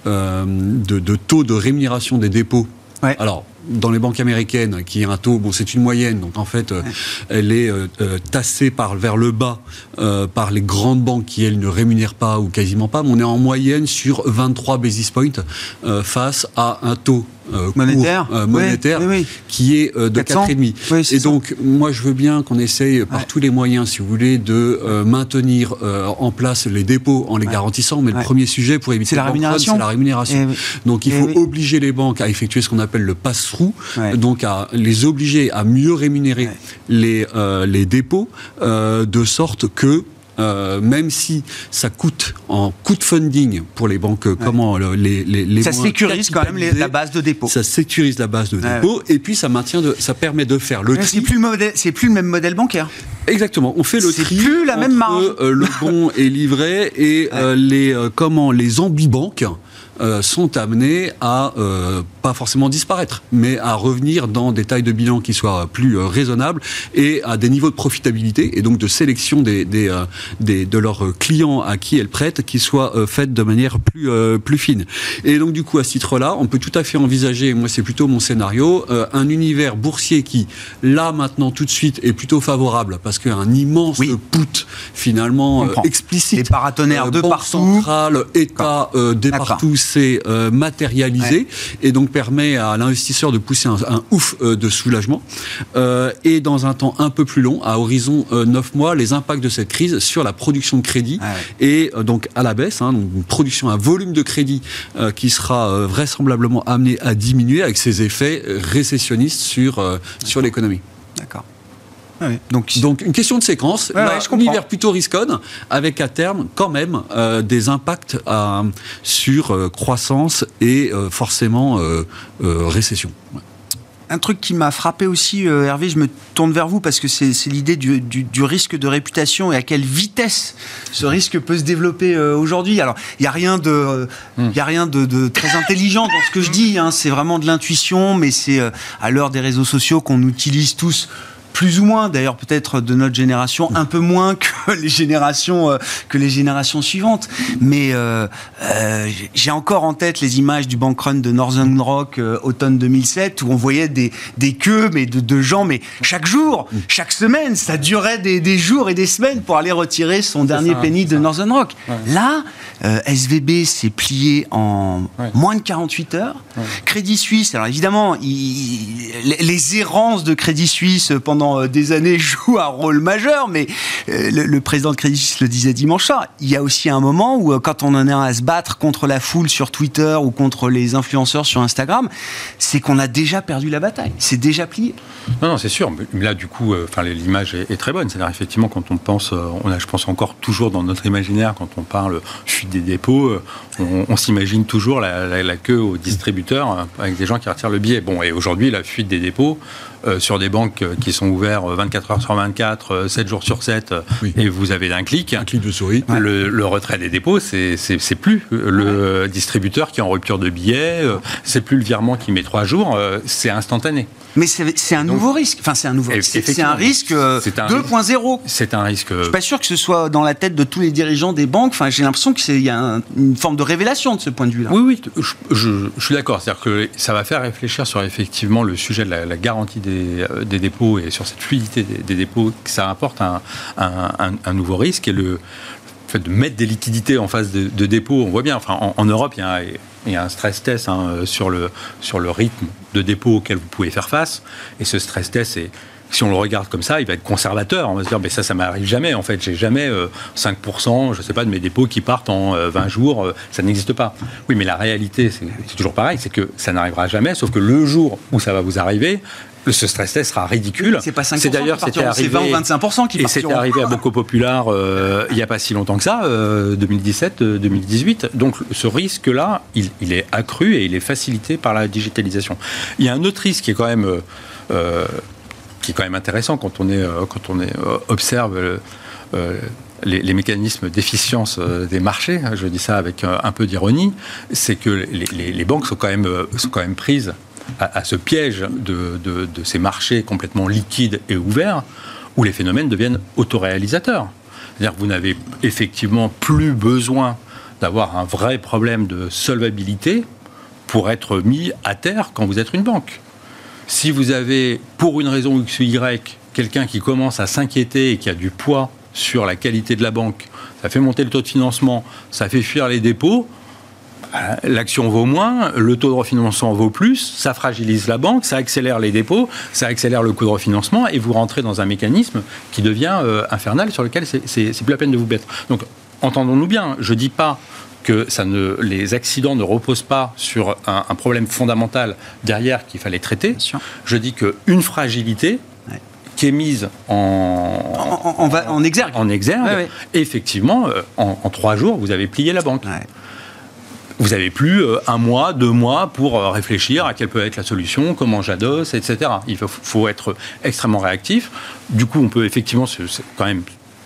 taux de rémunération des dépôts. Ouais. Alors, dans les banques américaines, qui est un taux, c'est une moyenne, donc en fait, elle est tassée vers le bas par les grandes banques qui, elles, ne rémunèrent pas ou quasiment pas, mais on est en moyenne sur 23 basis points face à un taux monétaire oui. Qui est de 4,5. Oui, et donc, moi, je veux bien qu'on essaye par tous les moyens, si vous voulez, de maintenir en place les dépôts en les garantissant, mais le premier sujet pour éviter la rémunération. C'est la rémunération. Donc, il faut obliger les banques à effectuer ce qu'on appelle le pass-through, donc à les obliger à mieux rémunérer les dépôts, de sorte que même si ça coûte en coût de funding pour les banques, les ça sécurise quand même la base de dépôt. Ça sécurise la base de dépôt et puis ça permet de faire le tri. C'est plus le même modèle bancaire. Exactement. On fait le tri plus la même marge. Le bon et livret et les ambibanques sont amenés à pas forcément disparaître, mais à revenir dans des tailles de bilan qui soient plus raisonnables et à des niveaux de profitabilité et donc de sélection de leurs clients à qui elles prêtent qui soient faites de manière plus fine. Et donc du coup, à ce titre-là, on peut tout à fait envisager, moi c'est plutôt mon scénario, un univers boursier qui, là maintenant tout de suite, est plutôt favorable parce qu'un immense put finalement explicite, les paratonnerres de partout, centrale, État de partout, c'est matérialisé et donc permet à l'investisseur de pousser un ouf de soulagement et dans un temps un peu plus long, à horizon 9 mois, les impacts de cette crise sur la production de crédit et donc à la baisse, donc une production, un volume de crédit qui sera vraisemblablement amené à diminuer avec ses effets récessionnistes sur l'économie. D'accord. Oui. Donc une question de séquence, univers plutôt risconne, avec à terme quand même des impacts sur croissance et forcément récession. Ouais. Un truc qui m'a frappé aussi, Hervé, je me tourne vers vous parce que c'est l'idée du risque de réputation et à quelle vitesse ce risque peut se développer aujourd'hui. Alors, il n'y a rien de très intelligent dans ce que je dis, c'est vraiment de l'intuition, mais c'est à l'heure des réseaux sociaux qu'on utilise tous plus ou moins, d'ailleurs peut-être de notre génération, un peu moins que les générations suivantes. Mais j'ai encore en tête les images du bank run de Northern Rock automne 2007, où on voyait des queues mais de gens, mais chaque jour, chaque semaine, ça durait des jours et des semaines pour aller retirer son dernier penny de Northern Rock. Ouais. Là, SVB s'est plié en moins de 48 heures. Ouais. Crédit Suisse, alors évidemment, les errances de Crédit Suisse pendant pendant des années joue un rôle majeur, mais le président de Crédit Suisse le disait dimanche soir, il y a aussi un moment où quand on en est à se battre contre la foule sur Twitter ou contre les influenceurs sur Instagram, c'est qu'on a déjà perdu la bataille, c'est déjà plié. Non, c'est sûr. Mais là, du coup, l'image est très bonne. C'est-à-dire, effectivement, quand on pense, je pense encore toujours dans notre imaginaire, quand on parle fuite des dépôts, on s'imagine toujours la queue au distributeur avec des gens qui retirent le billet. Bon, et aujourd'hui, la fuite des dépôts sur des banques qui sont ouvertes 24 heures sur 24, 7 jours sur 7, et vous avez un clic de souris. Le retrait des dépôts, c'est plus le distributeur qui est en rupture de billets, c'est plus le virement qui met 3 jours, c'est instantané. Mais c'est un nouveau risque. Enfin, c'est un nouveau risque. C'est un risque 2.0. C'est un risque. Je suis pas sûr que ce soit dans la tête de tous les dirigeants des banques. Enfin, j'ai l'impression qu'il y a une forme de révélation de ce point de vue-là. Oui, je suis d'accord. C'est-à-dire que ça va faire réfléchir sur effectivement le sujet de la garantie des dépôts et sur cette fluidité des dépôts, que ça apporte un nouveau risque, et le fait de mettre des liquidités en phase de dépôt. On voit bien. Enfin, en Europe, il y a un stress test sur le rythme de dépôt auquel vous pouvez faire face. Et ce stress test, si on le regarde comme ça, il va être conservateur. On va se dire, mais ça m'arrive jamais. En fait, j'ai jamais 5%, je sais pas, de mes dépôts qui partent en 20 jours. Ça n'existe pas. Oui, mais la réalité, c'est toujours pareil, c'est que ça n'arrivera jamais. Sauf que le jour où ça va vous arriver, ce stress test sera ridicule. C'est pas 5%, c'est 20 ou 25% qui partiront. Et c'était arrivé à Banco Popular il n'y a pas si longtemps que ça, 2017, 2018. Donc ce risque-là, il est accru et il est facilité par la digitalisation. Il y a un autre risque qui est quand même intéressant quand on observe les mécanismes d'efficience des marchés. Je dis ça avec un peu d'ironie. C'est que les banques sont quand même prises à ce piège de ces marchés complètement liquides et ouverts, où les phénomènes deviennent autoréalisateurs. C'est-à-dire que vous n'avez effectivement plus besoin d'avoir un vrai problème de solvabilité pour être mis à terre quand vous êtes une banque. Si vous avez, pour une raison X ou Y, quelqu'un qui commence à s'inquiéter et qui a du poids sur la qualité de la banque, ça fait monter le taux de financement, ça fait fuir les dépôts, l'action vaut moins, le taux de refinancement vaut plus, ça fragilise la banque, ça accélère les dépôts, ça accélère le coût de refinancement, et vous rentrez dans un mécanisme qui devient infernal, sur lequel c'est plus la peine de vous battre. Donc, entendons-nous bien, je ne dis pas que les accidents ne reposent pas sur un problème fondamental derrière qu'il fallait traiter. Je dis qu'une fragilité qui est mise en exergue, effectivement, en 3 jours, vous avez plié la banque. Vous n'avez plus 1 mois, 2 mois pour réfléchir à quelle peut être la solution, comment j'adosse, etc. Il faut être extrêmement réactif. Du coup, on peut effectivement, c'est quand même...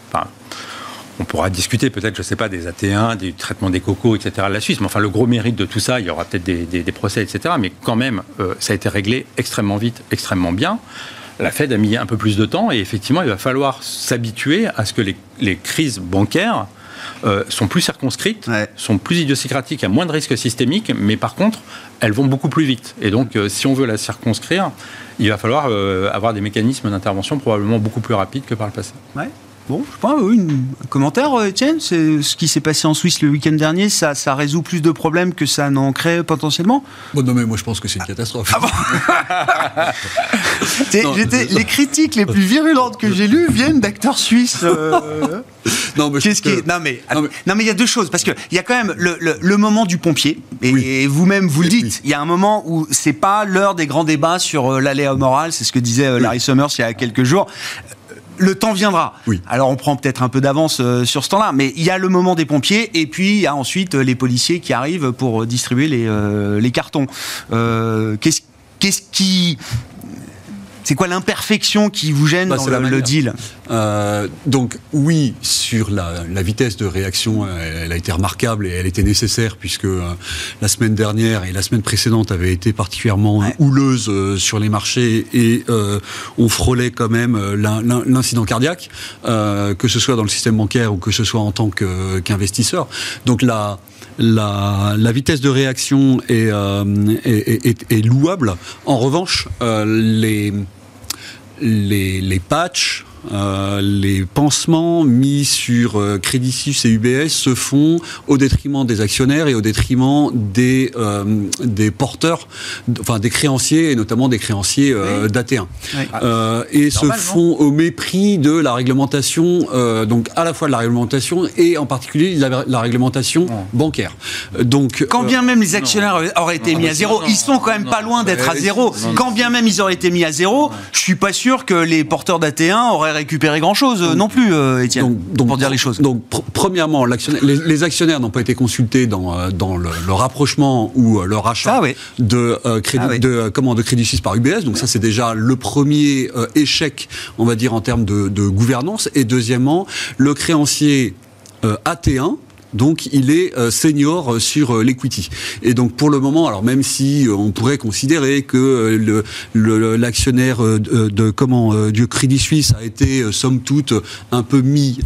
On pourra discuter peut-être, je ne sais pas, des AT1, des traitements des cocos, etc. de la Suisse. Mais enfin, le gros mérite de tout ça, il y aura peut-être des procès, etc. Mais quand même, ça a été réglé extrêmement vite, extrêmement bien. La Fed a mis un peu plus de temps, et effectivement, il va falloir s'habituer à ce que les crises bancaires sont plus circonscrites, sont plus idiosyncratiques, à moins de risques systémiques, mais par contre, elles vont beaucoup plus vite. Et donc, si on veut la circonscrire, il va falloir avoir des mécanismes d'intervention probablement beaucoup plus rapides que par le passé. Ouais. Bon, je sais pas, un commentaire, Étienne, c'est ce qui s'est passé en Suisse le week-end dernier, ça résout plus de problèmes que ça n'en crée potentiellement ? Bon, non, mais moi je pense que c'est une catastrophe. Ah bon les critiques les plus virulentes que j'ai lues viennent d'acteurs suisses. Non, mais il y a 2 choses, parce qu'il y a quand même le moment du pompier, et vous-même vous le dites, il y a un moment où c'est pas l'heure des grands débats sur l'aléa moral, c'est ce que disait Larry Summers il y a quelques jours. Le temps viendra. Oui. Alors on prend peut-être un peu d'avance sur ce temps-là, mais il y a le moment des pompiers, et puis il y a ensuite les policiers qui arrivent pour distribuer les cartons. C'est quoi l'imperfection qui vous gêne dans le deal ? Donc oui, sur la vitesse de réaction, elle a été remarquable et elle était nécessaire, puisque la semaine dernière et la semaine précédente avaient été particulièrement houleuses sur les marchés, et on frôlait quand même l'incident cardiaque, que ce soit dans le système bancaire ou que ce soit en tant qu'investisseur. Donc la vitesse de réaction est louable. En revanche, les patchs, les pansements mis sur Crédit Suisse et UBS se font au détriment des actionnaires et au détriment des porteurs, enfin des créanciers, et notamment des créanciers d'AT1. Oui. Et se font au mépris de la réglementation, donc à la fois de la réglementation et en particulier la réglementation bancaire. Donc, quand bien même les actionnaires auraient été mis à zéro, ils sont quand même pas loin d'être à zéro. Quand bien même ils auraient été mis à zéro, je suis pas sûr que les porteurs d'AT1 auraient récupéré grand-chose non plus, Étienne, pour dire les choses. Donc, premièrement, les actionnaires n'ont pas été consultés dans le rapprochement ou le rachat de Crédit Suisse par UBS. Donc ça, c'est déjà le premier échec, on va dire, en termes de gouvernance. Et deuxièmement, le créancier AT1, donc il est senior sur l'equity. Et donc pour le moment, alors même si on pourrait considérer que l'actionnaire du Crédit Suisse a été somme toute un peu mis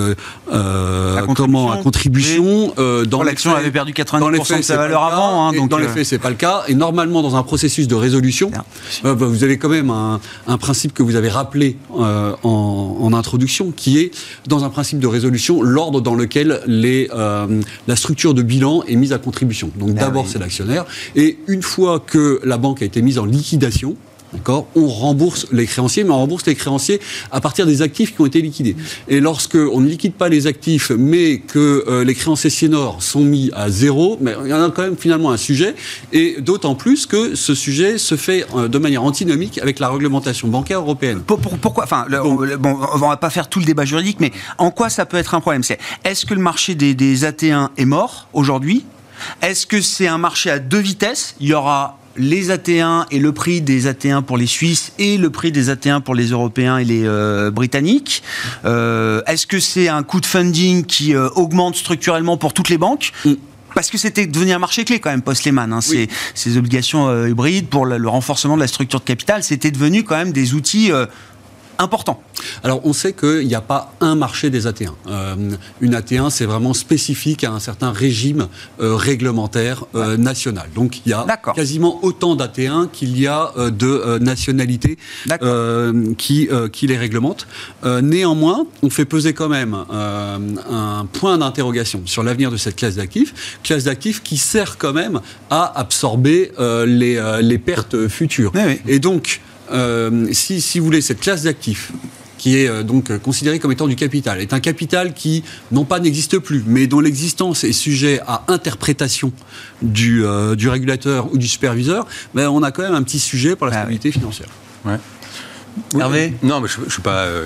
à contribution, dans l'action avait perdu 90% de sa valeur avant. Donc dans les faits, c'est pas le cas. Et normalement, dans un processus de résolution, vous avez quand même un principe que vous avez rappelé en introduction, qui est dans un principe de résolution l'ordre dans lequel la structure de bilan est mise à contribution. Donc d'abord, c'est l'actionnaire. Et une fois que la banque a été mise en liquidation, d'accord, on rembourse les créanciers, mais on rembourse les créanciers à partir des actifs qui ont été liquidés. Et lorsque on ne liquide pas les actifs, mais que les créanciers seniors sont mis à zéro, mais il y en a quand même finalement un sujet, et d'autant plus que ce sujet se fait de manière antinomique avec la réglementation bancaire européenne. Pourquoi ? Enfin, on va pas faire tout le débat juridique, mais en quoi ça peut être un problème ? Est-ce que le marché des AT1 est mort aujourd'hui ? Est-ce que c'est un marché à deux vitesses ? Il y aura les AT1 et le prix des AT1 pour les Suisses et le prix des AT1 pour les Européens et les Britanniques. Est-ce que c'est un coût de funding qui augmente structurellement pour toutes les banques ? Parce que c'était devenu un marché clé quand même post-Lehman. Ces obligations hybrides pour le renforcement de la structure de capital, c'était devenu quand même des outils important. Alors, on sait qu'il n'y a pas un marché des AT1. Une AT1, c'est vraiment spécifique à un certain régime réglementaire national. Donc, il y a quasiment autant d'AT1 qu'il y a de nationalités qui les réglementent. Néanmoins, on fait peser quand même un point d'interrogation sur l'avenir de cette classe d'actifs qui sert quand même à absorber les pertes futures. Et donc, si vous voulez, cette classe d'actifs qui est donc considérée comme étant du capital, est un capital qui, non pas n'existe plus, mais dont l'existence est sujet à interprétation du régulateur ou du superviseur, on a quand même un petit sujet pour la stabilité financière. Ouais. Hervé ? Non, mais je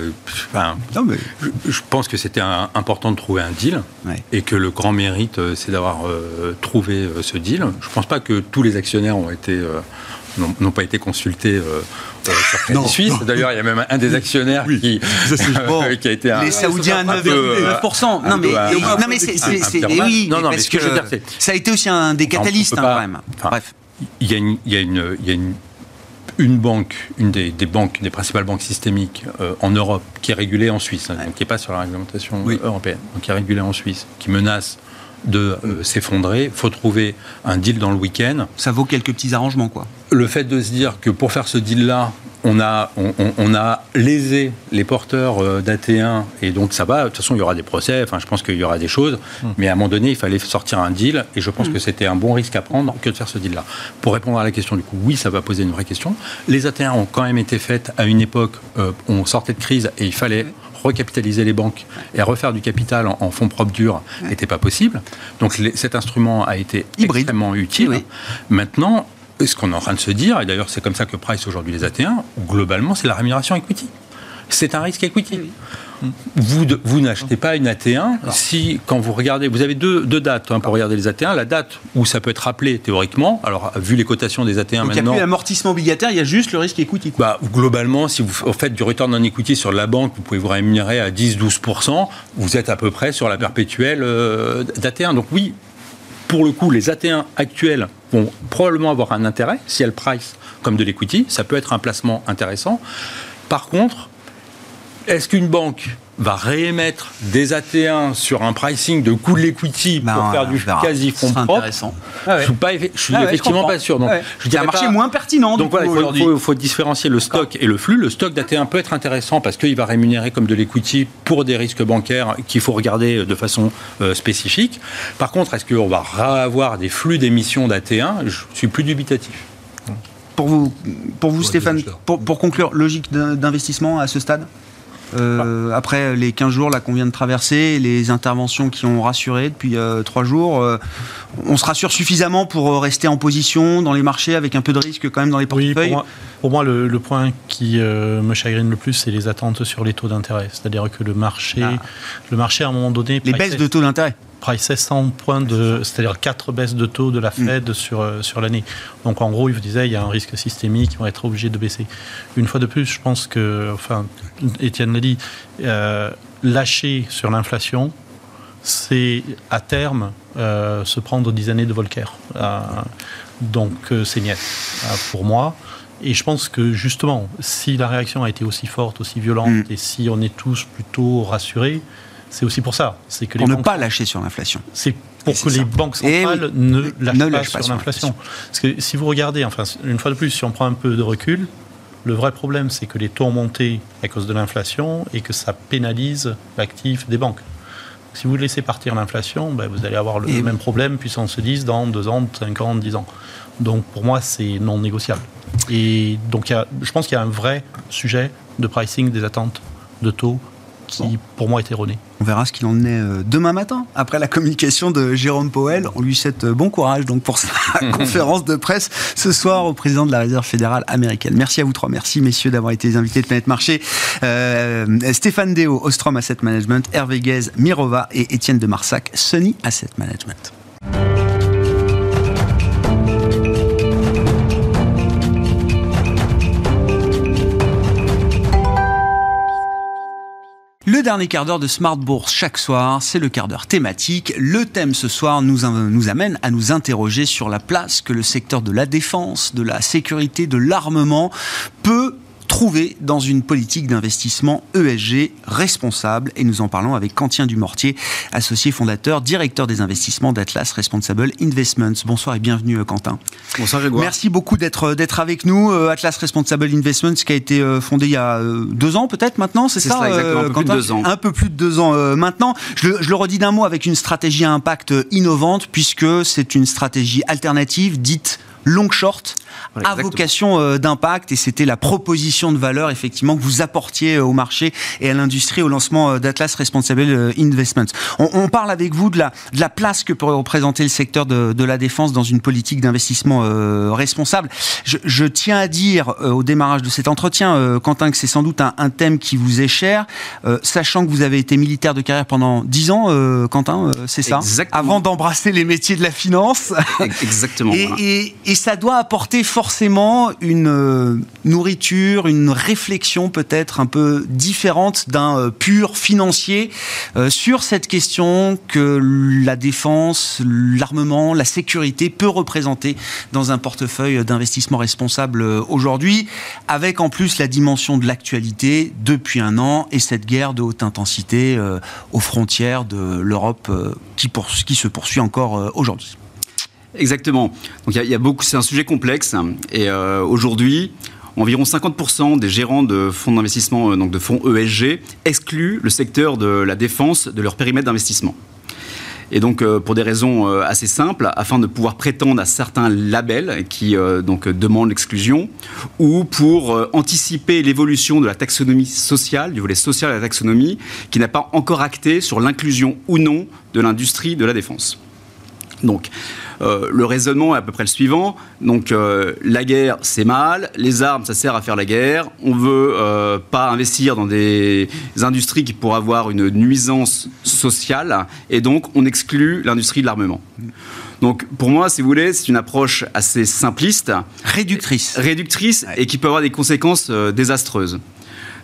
pense que c'était important de trouver un deal et que le grand mérite, c'est d'avoir trouvé ce deal. Je ne pense pas que tous les actionnaires n'ont pas été consultés sur Crédit Suisse. D'ailleurs, il y a même un des actionnaires qui a été les Saoudiens à 9%. Non, mais c'est parce que ça a été aussi un des catalystes quand même. Bref. Il y a une banque, une des principales banques systémiques en Europe, qui est régulée en Suisse, donc qui n'est pas sur la réglementation européenne, donc qui est régulée en Suisse, qui menace de s'effondrer. Il faut trouver un deal dans le week-end. Ça vaut quelques petits arrangements, quoi. Le fait de se dire que pour faire ce deal-là, on a lésé les porteurs d'AT1 et donc ça va. De toute façon, il y aura des procès. Enfin, je pense qu'il y aura des choses. Mais à un moment donné, il fallait sortir un deal et je pense que c'était un bon risque à prendre que de faire ce deal-là. Pour répondre à la question, du coup, oui, ça va poser une vraie question. Les AT1 ont quand même été faites à une époque où on sortait de crise et il fallait recapitaliser les banques et refaire du capital en fonds propres durs n'était pas possible. Donc cet instrument a été extrêmement utile. Maintenant, ce qu'on est en train de se dire, et d'ailleurs c'est comme ça que price aujourd'hui les AT1, globalement c'est la rémunération equity. C'est un risque equity. Vous n'achetez pas une AT1 si, quand vous regardez, vous avez deux dates pour regarder les AT1. La date où ça peut être rappelé théoriquement, alors vu les cotations des AT1 donc maintenant... il n'y a plus l'amortissement obligataire, il y a juste le risque equity. Globalement, si vous faites du return on equity sur la banque, vous pouvez vous rémunérer à 10-12%, vous êtes à peu près sur la perpétuelle d'AT1. Donc oui, pour le coup, les AT1 actuels vont probablement avoir un intérêt, si elles price comme de l'equity, ça peut être un placement intéressant. Par contre, est-ce qu'une banque va réémettre des AT1 sur un pricing de coût de l'equity pour faire du quasi-fonds propre, je suis effectivement pas sûr. Donc, c'est un marché moins pertinent. Donc voilà, il faut différencier le stock et le flux. Le stock d'AT1 peut être intéressant parce qu'il va rémunérer comme de l'equity pour des risques bancaires qu'il faut regarder de façon spécifique. Par contre, est-ce qu'on va avoir des flux d'émissions d'AT1 ? Je suis plus dubitatif. Pour vous Stéphane, pour conclure, logique d'investissement à ce stade ? Après les 15 jours là, qu'on vient de traverser, les interventions qui ont rassuré depuis 3 jours, on se rassure suffisamment pour rester en position dans les marchés avec un peu de risque quand même dans les portefeuilles. Oui, pour moi le point qui me chagrine le plus, c'est les attentes sur les taux d'intérêt. C'est-à-dire que le marché à un moment donné... Les baisses de taux d'intérêt. Price 100 points c'est-à-dire 4 baisses de taux de la Fed sur l'année. Donc en gros, il vous disait, il y a un risque systémique, ils vont être obligés de baisser. Une fois de plus, je pense que, Étienne l'a dit, lâcher sur l'inflation, c'est à terme se prendre 10 années de Volcker. Donc c'est niet pour moi. Et je pense que justement, si la réaction a été aussi forte, aussi violente, et si on est tous plutôt rassurés, c'est aussi pour ça. C'est que pour ne pas lâcher sur l'inflation. C'est pour que les banques centrales ne lâchent pas sur l'inflation. Parce que si vous regardez, une fois de plus, si on prend un peu de recul, le vrai problème, c'est que les taux ont monté à cause de l'inflation et que ça pénalise l'actif des banques. Si vous laissez partir l'inflation, vous allez avoir le même problème puissance 10 dans 2 ans, 5 ans, 10 ans. Donc pour moi, c'est non négociable. Et donc je pense qu'il y a un vrai sujet de pricing des attentes de taux qui, pour moi, est erroné. On verra ce qu'il en est demain matin, après la communication de Jérôme Powell. On lui souhaite bon courage donc, pour sa conférence de presse ce soir au président de la Réserve fédérale américaine. Merci à vous trois. Merci, messieurs, d'avoir été les invités de Planète Marché. Stéphane Déo, Ostrom Asset Management, Hervé Guez, Mirova et Étienne de Marsac, Sunny Asset Management. Le dernier quart d'heure de Smart Bourse chaque soir, c'est le quart d'heure thématique. Le thème ce soir nous amène à nous interroger sur la place que le secteur de la défense, de la sécurité, de l'armement peut trouver dans une politique d'investissement ESG responsable. Et nous en parlons avec Quentin Dumortier, associé fondateur, directeur des investissements d'Atlas Responsible Investments. Bonsoir et bienvenue Quentin. Bonsoir Grégoire. Merci beaucoup d'être avec nous. Atlas Responsible Investments qui a été fondé il y a 2 ans peut-être maintenant, c'est ça exactement, un peu Quentin, plus de 2 ans. Un peu plus de 2 ans maintenant. Je le redis d'un mot, avec une stratégie à impact innovante puisque c'est une stratégie alternative dite long short, à vocation d'impact, et c'était la proposition de valeur effectivement que vous apportiez au marché et à l'industrie au lancement d'Atlas Responsible Investments. On parle avec vous de la place que pourrait représenter le secteur de la défense dans une politique d'investissement responsable. Je tiens à dire au démarrage de cet entretien, Quentin, que c'est sans doute un thème qui vous est cher, sachant que vous avez été militaire de carrière pendant 10 ans, Quentin, c'est ça ? Exactement. Avant d'embrasser les métiers de la finance. Exactement. Et ça doit apporter forcément une nourriture, une réflexion peut-être un peu différente d'un pur financier sur cette question que la défense, l'armement, la sécurité peut représenter dans un portefeuille d'investissement responsable aujourd'hui, avec en plus la dimension de l'actualité depuis 1 an et cette guerre de haute intensité aux frontières de l'Europe qui se poursuit encore aujourd'hui. Exactement. Donc il y a beaucoup. C'est un sujet complexe et aujourd'hui, environ 50% des gérants de fonds d'investissement, donc de fonds ESG, excluent le secteur de la défense de leur périmètre d'investissement. Et donc, pour des raisons assez simples, afin de pouvoir prétendre à certains labels qui demandent l'exclusion, ou pour anticiper l'évolution de la taxonomie sociale, du volet social de la taxonomie, qui n'a pas encore acté sur l'inclusion ou non de l'industrie de la défense. Donc, le raisonnement est à peu près le suivant. Donc, la guerre, c'est mal. Les armes, ça sert à faire la guerre. On ne veut pas investir dans des industries qui pourraient avoir une nuisance sociale. Et donc, on exclut l'industrie de l'armement. Donc, pour moi, si vous voulez, c'est une approche assez simpliste. Réductrice. Ouais. Et qui peut avoir des conséquences désastreuses.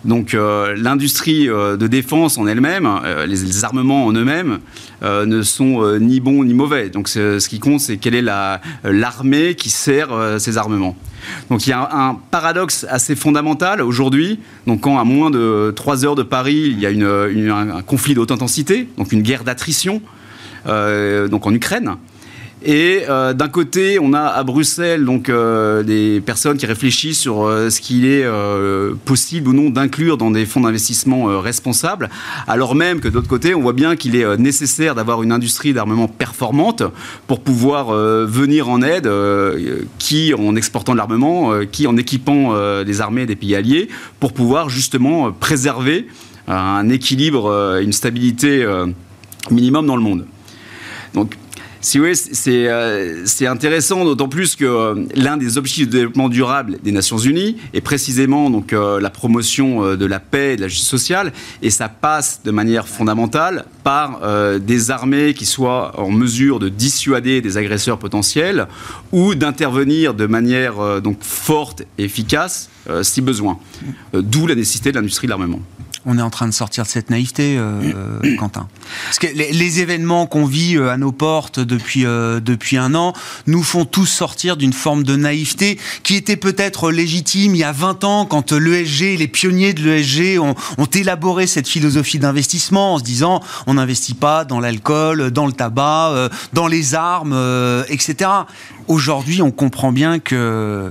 Donc l'industrie de défense en elle-même, les armements en eux-mêmes, ne sont ni bons ni mauvais. Donc ce qui compte, c'est quelle est l'armée qui sert ces armements. Donc il y a un paradoxe assez fondamental aujourd'hui. Donc quand à moins de 3 heures de Paris, il y a un conflit de haute intensité, donc une guerre d'attrition, donc en Ukraine. Et d'un côté, on a à Bruxelles donc des personnes qui réfléchissent sur ce qu'il est possible ou non d'inclure dans des fonds d'investissement responsables, alors même que de l'autre côté, on voit bien qu'il est nécessaire d'avoir une industrie d'armement performante pour pouvoir venir en aide, qui en exportant de l'armement, qui en équipant les armées des pays alliés, pour pouvoir justement préserver un équilibre, une stabilité minimum dans le monde. Donc, si vous voulez, c'est intéressant, d'autant plus que l'un des objectifs de développement durable des Nations Unies est précisément donc, la promotion de la paix et de la justice sociale, et ça passe de manière fondamentale par des armées qui soient en mesure de dissuader des agresseurs potentiels ou d'intervenir de manière donc, forte et efficace si besoin. D'où la nécessité de l'industrie de l'armement. On est en train de sortir de cette naïveté, Quentin. Parce que les événements qu'on vit à nos portes depuis un an nous font tous sortir d'une forme de naïveté qui était peut-être légitime il y a 20 ans quand l'ESG, les pionniers de l'ESG ont élaboré cette philosophie d'investissement en se disant on n'investit pas dans l'alcool, dans le tabac, dans les armes, etc. Aujourd'hui, on comprend bien que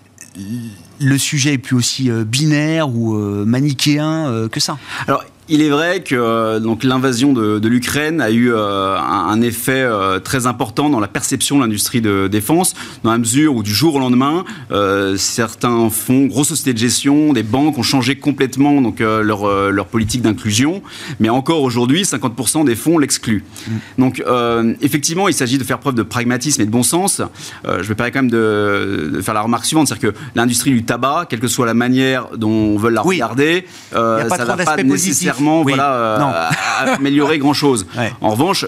le sujet est plus aussi binaire ou manichéen que ça. Alors, il est vrai que donc, l'invasion de l'Ukraine a eu un effet très important dans la perception de l'industrie de défense, dans la mesure où du jour au lendemain, certains fonds, grosses sociétés de gestion, des banques ont changé complètement donc, leur politique d'inclusion, mais encore aujourd'hui, 50% des fonds l'excluent. Donc effectivement, il s'agit de faire preuve de pragmatisme et de bon sens. Je me permets quand même de faire la remarque suivante, c'est-à-dire que l'industrie du tabac, quelle que soit la manière dont on veut la regarder, ça n'a pas nécessairement améliorer grand-chose. Ouais. En revanche,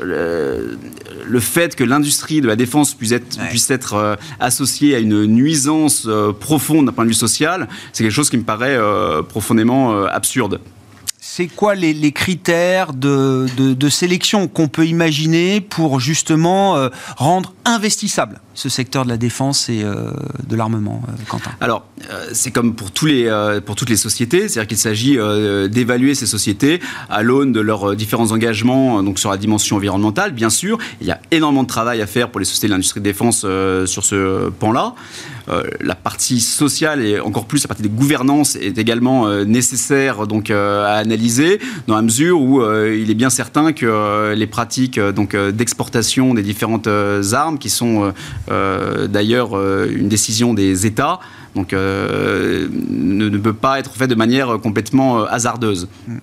le fait que l'industrie de la défense puisse être associée à une nuisance profonde d'un point de vue social, c'est quelque chose qui me paraît profondément absurde. C'est quoi les critères de sélection qu'on peut imaginer pour justement rendre investissable ce secteur de la défense et de l'armement, Quentin? Alors, c'est comme pour toutes les sociétés, c'est-à-dire qu'il s'agit d'évaluer ces sociétés à l'aune de leurs différents engagements donc sur la dimension environnementale, bien sûr. Il y a énormément de travail à faire pour les sociétés de l'industrie de défense sur ce pan-là. La partie sociale et encore plus la partie de gouvernance est également nécessaire donc, à analyser dans la mesure où il est bien certain que les pratiques donc, d'exportation des différentes armes qui sont d'ailleurs une décision des États donc, ne peut pas être faite de manière complètement hasardeuse.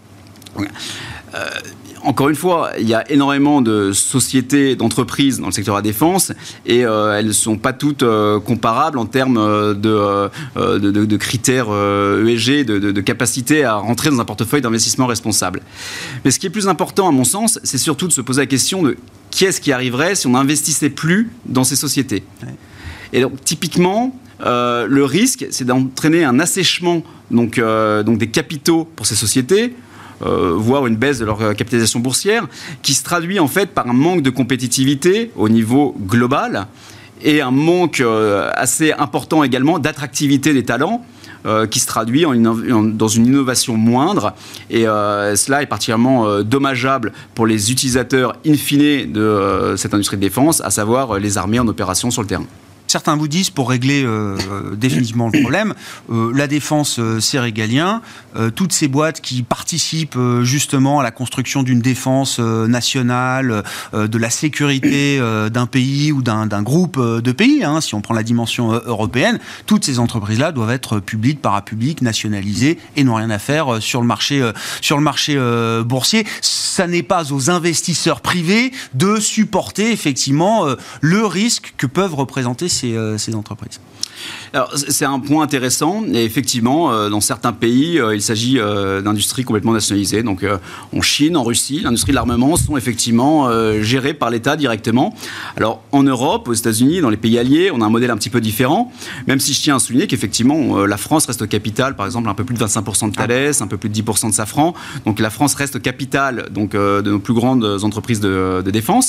Encore une fois, il y a énormément de sociétés, d'entreprises dans le secteur de la défense et elles ne sont pas toutes comparables en termes de critères ESG, de capacité à rentrer dans un portefeuille d'investissement responsable. Mais ce qui est plus important à mon sens, c'est surtout de se poser la question de qui est-ce qui arriverait si on n'investissait plus dans ces sociétés. Ouais. Et donc typiquement, le risque, c'est d'entraîner un assèchement donc des capitaux pour ces sociétés, voire une baisse de leur capitalisation boursière, qui se traduit en fait par un manque de compétitivité au niveau global et un manque assez important également d'attractivité des talents, qui se traduit dans une innovation moindre. Et cela est particulièrement dommageable pour les utilisateurs in fine de cette industrie de défense, à savoir les armées en opération sur le terrain. Certains vous disent, pour régler définitivement le problème, la défense, c'est régalien. Toutes ces boîtes qui participent justement à la construction d'une défense nationale, de la sécurité d'un pays ou d'un groupe de pays, hein, si on prend la dimension européenne, toutes ces entreprises-là doivent être publiques, parapubliques, nationalisées et n'ont rien à faire sur le marché boursier. Ça n'est pas aux investisseurs privés de supporter effectivement le risque que peuvent représenter ces entreprises. Alors, c'est un point intéressant. Et effectivement, dans certains pays, il s'agit d'industries complètement nationalisées. Donc, en Chine, en Russie, l'industrie de l'armement sont effectivement gérées par l'État directement. Alors, en Europe, aux États-Unis, dans les pays alliés, on a un modèle un petit peu différent. Même si je tiens à souligner qu'effectivement, la France reste au capital, par exemple, un peu plus de 25% de Thales, un peu plus de 10% de Safran. Donc, la France reste au capital de nos plus grandes entreprises de défense.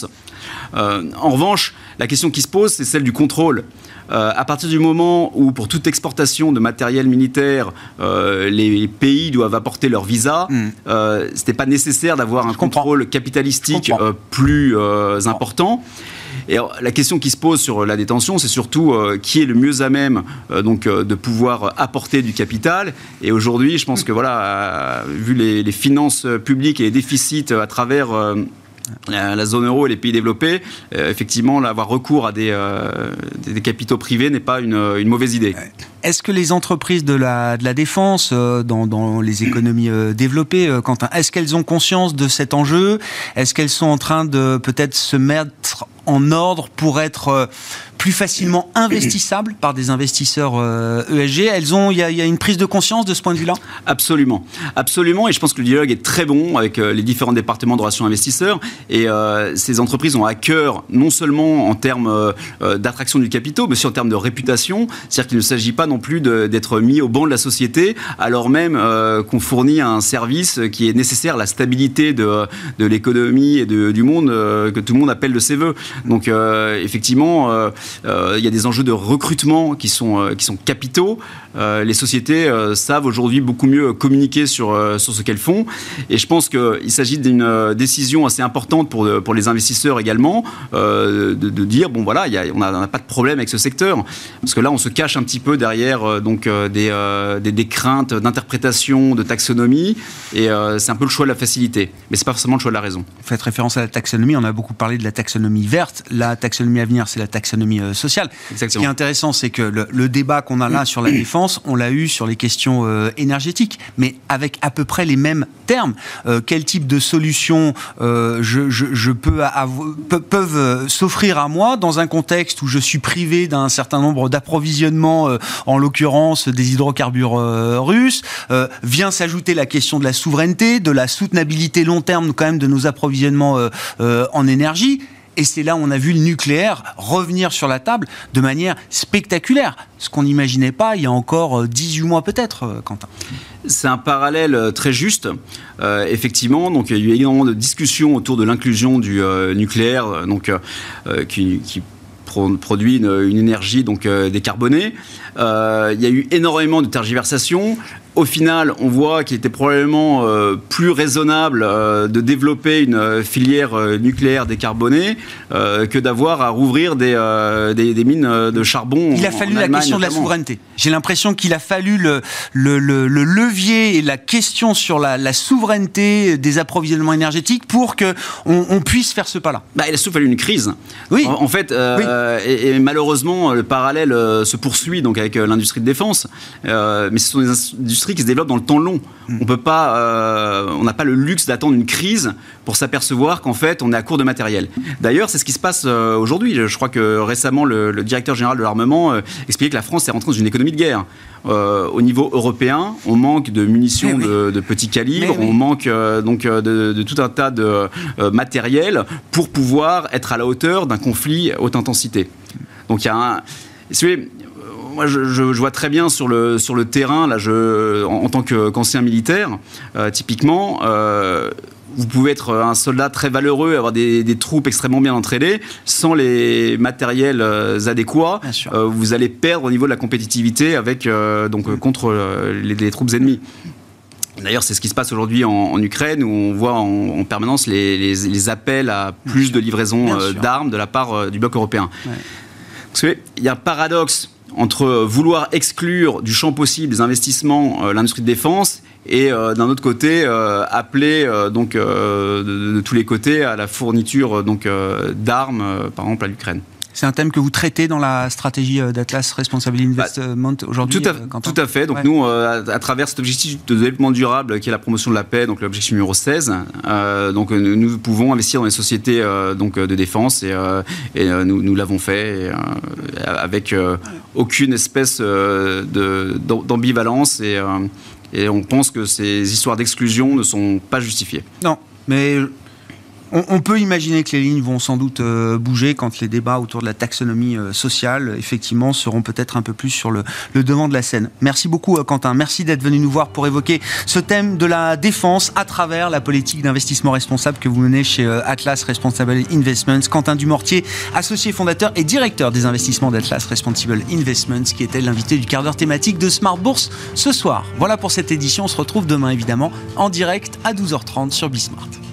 En revanche, la question qui se pose, c'est celle du contrôle. À partir du moment où, pour toute exportation de matériel militaire, les pays doivent apporter leur visa, ce n'était pas nécessaire d'avoir un contrôle capitalistique plus important. Et alors, la question qui se pose sur la détention, c'est surtout qui est le mieux à même de pouvoir apporter du capital. Et aujourd'hui, je pense que vu les finances publiques et les déficits à travers la zone euro et les pays développés, effectivement, avoir recours à des capitaux privés n'est pas une mauvaise idée. Est-ce que les entreprises de la défense, dans les économies développées, Quentin, est-ce qu'elles ont conscience de cet enjeu ? Est-ce qu'elles sont en train de peut-être se mettre en ordre pour être plus facilement investissables par des investisseurs ESG ? Il y a une prise de conscience de ce point de vue-là ? Absolument. Absolument. Et je pense que le dialogue est très bon avec les différents départements de relations investisseurs. Et ces entreprises ont à cœur, non seulement en termes d'attraction du capital, mais aussi en termes de réputation. C'est-à-dire qu'il ne s'agit pas non plus d'être mis au banc de la société, alors même qu'on fournit un service qui est nécessaire à la stabilité de l'économie et du monde, que tout le monde appelle de ses voeux. Donc, effectivement, il y a des enjeux de recrutement qui sont capitaux. Les sociétés savent aujourd'hui beaucoup mieux communiquer sur ce qu'elles font. Et je pense qu'il s'agit d'une décision assez importante pour les investisseurs également, de dire, on n'a pas de problème avec ce secteur. Parce que là, on se cache un petit peu derrière des craintes d'interprétation, de taxonomie. Et c'est un peu le choix de la facilité. Mais ce n'est pas forcément le choix de la raison. Vous faites référence à la taxonomie. On a beaucoup parlé de la taxonomie verte. La taxonomie à venir, c'est la taxonomie sociale. Exactement. Ce qui est intéressant, c'est que le débat qu'on a là sur la défense, on l'a eu sur les questions énergétiques, mais avec à peu près les mêmes termes. Quel type de solutions peuvent s'offrir à moi dans un contexte où je suis privé d'un certain nombre d'approvisionnements, en l'occurrence des hydrocarbures russes. Vient s'ajouter la question de la souveraineté, de la soutenabilité long terme quand même de nos approvisionnements en énergie. Et c'est là où on a vu le nucléaire revenir sur la table de manière spectaculaire. Ce qu'on n'imaginait pas il y a encore 18 mois peut-être, Quentin. C'est un parallèle très juste. Effectivement, donc, il y a eu énormément de discussions autour de l'inclusion du nucléaire, qui produit une énergie décarbonée. Il y a eu énormément de tergiversations. Au final, on voit qu'il était probablement plus raisonnable de développer une filière nucléaire décarbonée que d'avoir à rouvrir des mines de charbon. Il a fallu la question de la souveraineté. J'ai l'impression qu'il a fallu le levier et la question sur la souveraineté des approvisionnements énergétiques pour qu'on puisse faire ce pas-là. Il a fallu une crise. Oui. En fait, oui. Et malheureusement, le parallèle se poursuit donc avec l'industrie de défense. Mais ce sont des industries qui se développent dans le temps long. On peut pas, on n'a pas le luxe d'attendre une crise pour s'apercevoir qu'en fait, on est à court de matériel. D'ailleurs, c'est ce qui se passe aujourd'hui. Je crois que récemment, le directeur général de l'armement expliquait que la France est rentrée dans une économie de guerre. Au niveau européen, on manque de munitions de petit calibre, on manque de tout un tas de matériel pour pouvoir être à la hauteur d'un conflit haute intensité. Donc il y a moi, je vois très bien sur le terrain, là, en tant qu'ancien militaire, typiquement, vous pouvez être un soldat très valeureux, avoir des troupes extrêmement bien entraînées, sans les matériels adéquats, vous allez perdre au niveau de la compétitivité contre les troupes ennemies. D'ailleurs, c'est ce qui se passe aujourd'hui en Ukraine, où on voit en permanence les appels à plus de livraison d'armes de la part du bloc européen. Ouais. Parce qu'il y a un paradoxe entre vouloir exclure du champ possible des investissements l'industrie de défense et d'un autre côté appeler de tous les côtés à la fourniture d'armes par exemple à l'Ukraine. C'est un thème que vous traitez dans la stratégie d'Atlas Responsible Investment aujourd'hui. Tout à fait. Donc nous, à travers cet objectif de développement durable qui est la promotion de la paix, donc l'objectif numéro 16, donc nous pouvons investir dans les sociétés donc de défense et nous l'avons fait avec aucune espèce d'ambivalence et on pense que ces histoires d'exclusion ne sont pas justifiées. Non, mais on peut imaginer que les lignes vont sans doute bouger quand les débats autour de la taxonomie sociale, effectivement, seront peut-être un peu plus sur le devant de la scène. Merci beaucoup, Quentin. Merci d'être venu nous voir pour évoquer ce thème de la défense à travers la politique d'investissement responsable que vous menez chez Atlas Responsible Investments. Quentin Dumortier, associé fondateur et directeur des investissements d'Atlas Responsible Investments, qui était l'invité du quart d'heure thématique de Smart Bourse ce soir. Voilà pour cette édition. On se retrouve demain, évidemment, en direct à 12h30 sur Bismart.